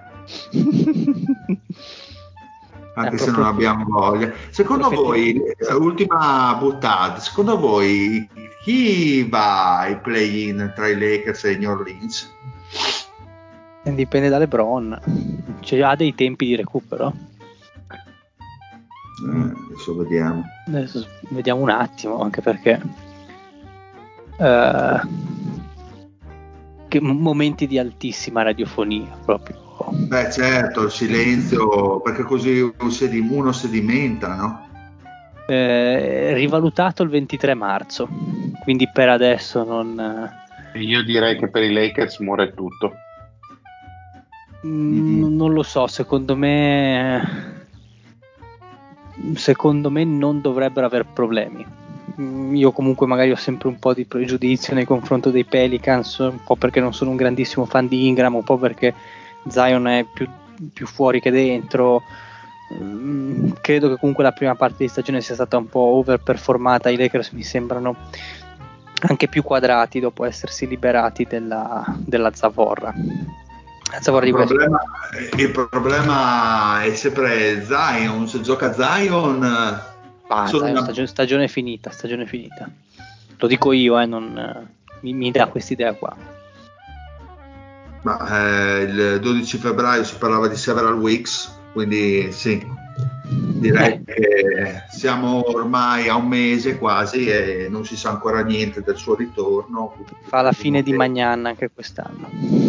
[SPEAKER 2] Anche se non abbiamo voglia. Secondo voi, ultima buttata, secondo voi chi va ai play-in tra i Lakers e i New Orleans?
[SPEAKER 5] Dipende da LeBron, ha dei tempi di recupero.
[SPEAKER 2] Adesso
[SPEAKER 5] vediamo un attimo, anche perché che momenti di altissima radiofonia proprio.
[SPEAKER 2] Beh, certo, il silenzio, perché così uno sedimenta, no?
[SPEAKER 5] Rivalutato il 23 marzo, quindi per adesso non...
[SPEAKER 4] Io direi che per i Lakers muore tutto.
[SPEAKER 5] Non lo so, secondo me non dovrebbero aver problemi. Io comunque magari ho sempre un po' di pregiudizio nei confronti dei Pelicans, un po' perché non sono un grandissimo fan di Ingram, un po' perché Zion è più fuori che dentro. Credo che comunque la prima parte di stagione sia stata un po' overperformata. I Lakers mi sembrano anche più quadrati dopo essersi liberati della zavorra.
[SPEAKER 2] Il problema è sempre Zion. Se gioca Zion,
[SPEAKER 5] stagione finita. Lo dico io, non mi dà quest'idea qua.
[SPEAKER 2] Ma il 12 febbraio si parlava di several weeks, quindi sì, direi che siamo ormai a un mese quasi e non si sa ancora niente del suo ritorno.
[SPEAKER 5] Fa la fine di Magnan anche quest'anno.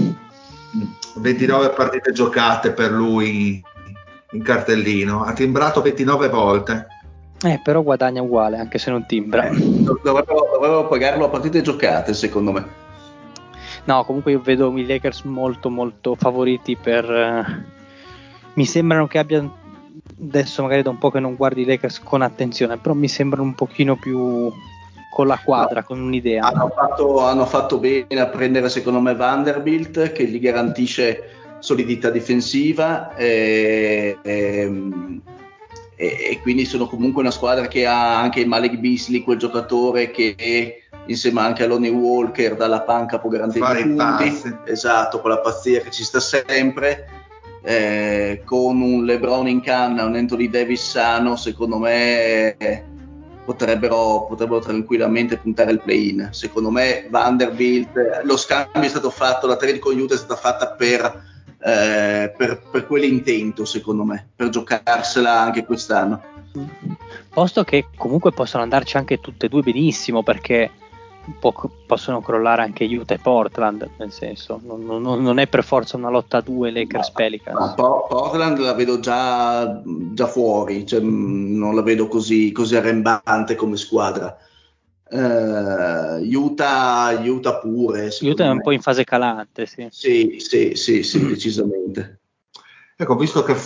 [SPEAKER 2] 29 partite giocate per lui in cartellino, ha timbrato 29 volte.
[SPEAKER 5] Però guadagna uguale, anche se non timbra.
[SPEAKER 3] Dovrebbero pagarlo a partite giocate, secondo me.
[SPEAKER 5] No, comunque io vedo i Lakers molto molto favoriti mi sembrano che abbiano, adesso magari da un po' che non guardi i Lakers con attenzione, però mi sembrano un pochino più con la quadra, con un'idea.
[SPEAKER 3] Hanno fatto bene a prendere, secondo me, Vanderbilt, che gli garantisce solidità difensiva e quindi sono comunque una squadra che ha anche Malik Beasley, quel giocatore che insieme anche a Lonnie Walker dalla panca può garantire i punti. Esatto, con la pazzia che ci sta sempre, con un LeBron in canna, un Anthony Davis sano, secondo me potrebbero tranquillamente puntare il play-in. Secondo me Vanderbilt, lo scambio è stato fatto, la trade con Utah è stata fatta per quell'intento, secondo me, per giocarsela anche quest'anno.
[SPEAKER 5] Posto che comunque possono andarci anche tutte e due benissimo, perché possono crollare anche Utah e Portland, nel senso non è per forza una lotta a due Lakers Pelicans.
[SPEAKER 3] Portland la vedo già fuori, cioè, non la vedo così arrembante come squadra. Utah pure.
[SPEAKER 5] Utah è un po' in fase calante, sì.
[SPEAKER 3] Sì, decisamente.
[SPEAKER 2] Ecco, visto che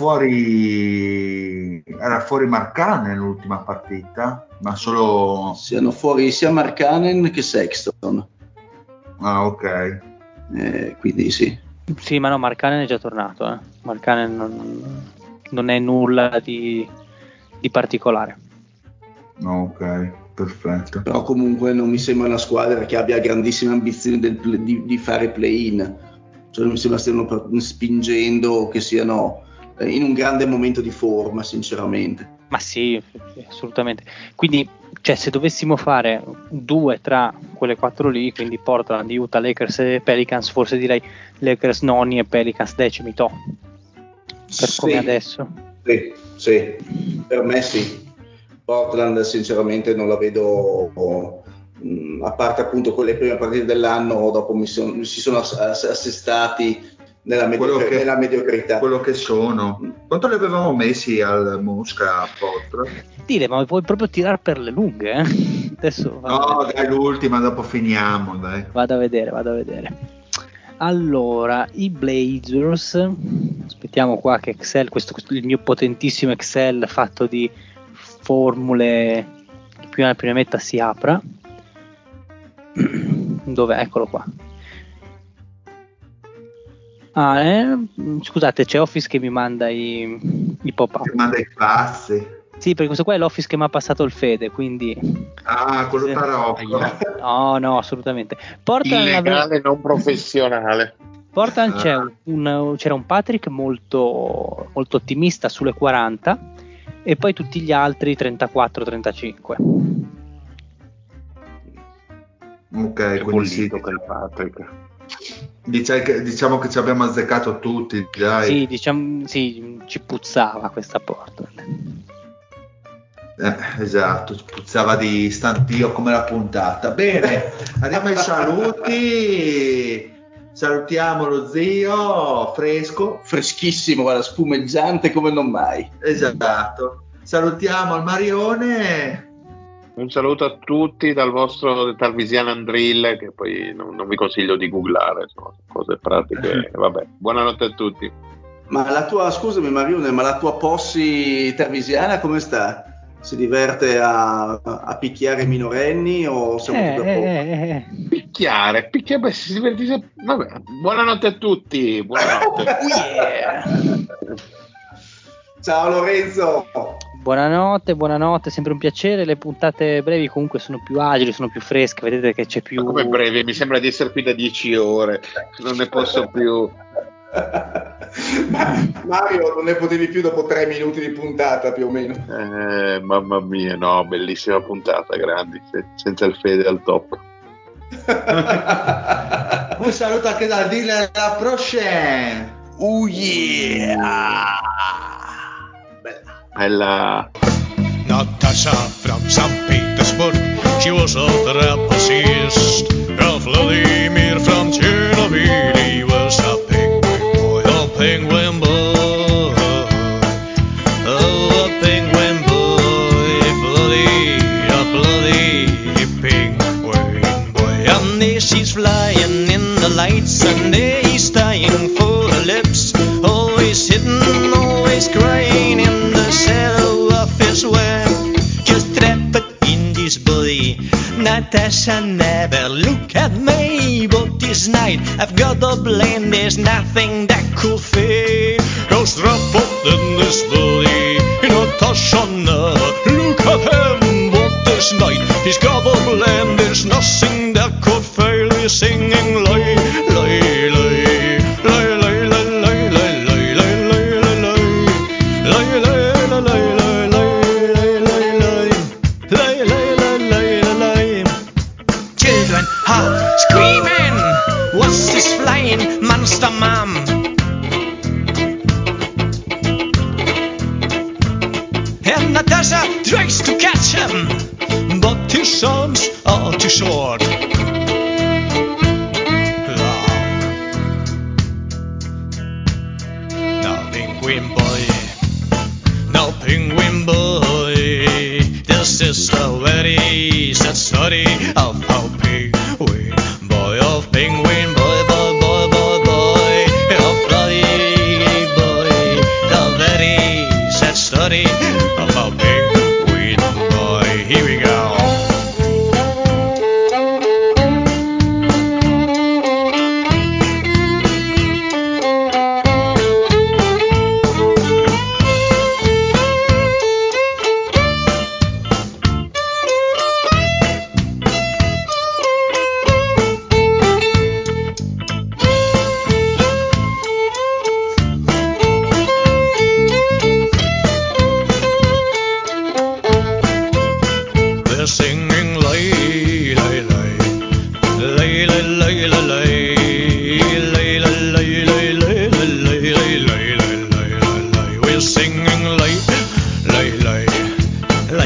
[SPEAKER 2] era fuori Markkanen nell'ultima partita, ma solo...
[SPEAKER 3] Siano fuori sia Markkanen che Sexton.
[SPEAKER 2] Ah, ok.
[SPEAKER 3] Quindi sì.
[SPEAKER 5] Sì, ma no, Markkanen è già tornato. Markkanen non è nulla di particolare.
[SPEAKER 2] Ok, perfetto.
[SPEAKER 6] Però comunque non mi sembra una squadra che abbia grandissime ambizioni di fare play-in, cioè non mi sembra stiano spingendo, che siano in un grande momento di forma, sinceramente.
[SPEAKER 5] Ma sì, assolutamente. Quindi, cioè, se dovessimo fare 2 tra quelle 4 lì, quindi Portland, Utah, Lakers e Pelicans, forse direi Lakers noni e Pelicans decimi, per come adesso.
[SPEAKER 6] Sì, per me sì. Portland sinceramente non la vedo, a parte appunto quelle prime partite dell'anno, dopo si sono assestati nella mediocrità.
[SPEAKER 2] Quello che sono. Quanto li avevamo messi al Mosca a Portland?
[SPEAKER 5] Dire, ma puoi proprio tirare per le lunghe, Adesso
[SPEAKER 2] no, dai, l'ultima, dopo finiamo, dai.
[SPEAKER 5] Vado a vedere. Allora, i Blazers, aspettiamo qua che Excel, questo il mio potentissimo Excel fatto di formule, prima metta si apra. Dov'è? Eccolo qua. Scusate, c'è Office che mi manda i pop-up.
[SPEAKER 2] Mi manda i passi.
[SPEAKER 5] Sì, perché questo qua è l'Office che mi ha passato il Fede, quindi...
[SPEAKER 2] quello tarocco.
[SPEAKER 5] No, assolutamente.
[SPEAKER 4] Illegale, non professionale.
[SPEAKER 5] Portland c'era un Patrick molto, molto ottimista sulle 40 e poi tutti gli altri 34-35.
[SPEAKER 2] Ok, quindi sì.
[SPEAKER 4] Quel Patrick.
[SPEAKER 2] Diciamo che ci abbiamo azzeccato tutti, dai.
[SPEAKER 5] Sì, ci puzzava questa Portland.
[SPEAKER 2] Esatto, puzzava di stantio come la puntata. Bene, andiamo ai saluti. Salutiamo lo zio fresco,
[SPEAKER 6] freschissimo, guarda, spumeggiante come non mai.
[SPEAKER 2] Esatto. Salutiamo il Marione.
[SPEAKER 4] Un saluto a tutti dal vostro Tarvisian Andrill, che poi non vi consiglio di googlare, sono cose pratiche. Vabbè, buonanotte a tutti.
[SPEAKER 6] Ma scusami Marione, ma la tua Possi tarvisiana come sta? Si diverte a picchiare i minorenni o siamo tutti a poco?
[SPEAKER 4] Picchiare, beh, si divertisce. Vabbè, buonanotte a tutti, buonanotte.
[SPEAKER 6] Ciao Lorenzo.
[SPEAKER 5] Buonanotte, sempre un piacere. Le puntate brevi comunque sono più agili, sono più fresche, vedete che c'è più...
[SPEAKER 4] Ma come brevi? Mi sembra di essere qui da 10 ore, non ne posso più.
[SPEAKER 6] Mario, non ne potevi più dopo 3 minuti di puntata più o meno.
[SPEAKER 4] Mamma mia, no, bellissima puntata, grandi, senza il Fede al top.
[SPEAKER 2] Un saluto anche dal dealer, alla prossima.
[SPEAKER 6] Oh yeah!
[SPEAKER 4] Bella.
[SPEAKER 7] Natasha from St. Petersburg, she was a trapezist. Vladimir from Chernobyl, he was a penguin boy, oh, a penguin boy, bloody penguin boy. And there she's flying in the lights, and there he's dying for her lips, always hidden, always crying in the shadow of his web, just trapped in this body. Natasha, never look at me, but this night I've got a blame, there's nothing that could fade. Cause trapped in this body, Natasha, never look at him, but this night he's got a blame, there's nothing that could fail. He's singing lay, lay, lay, lay, lay, lay, lay, lay, lay, lay, lay, lay, lay, lay. Children are screaming, what's this flying monster, mom? And Natasha tries to catch him, but his arms are too short. Now penguin boy, now penguin boy, this is the very sad story of how penguin boy, of penguin boy, boy, boy, boy, boy, of bloody boy, the very sad story of how penguin boy. Here we go.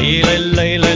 [SPEAKER 7] Lay, lay, lay, lay.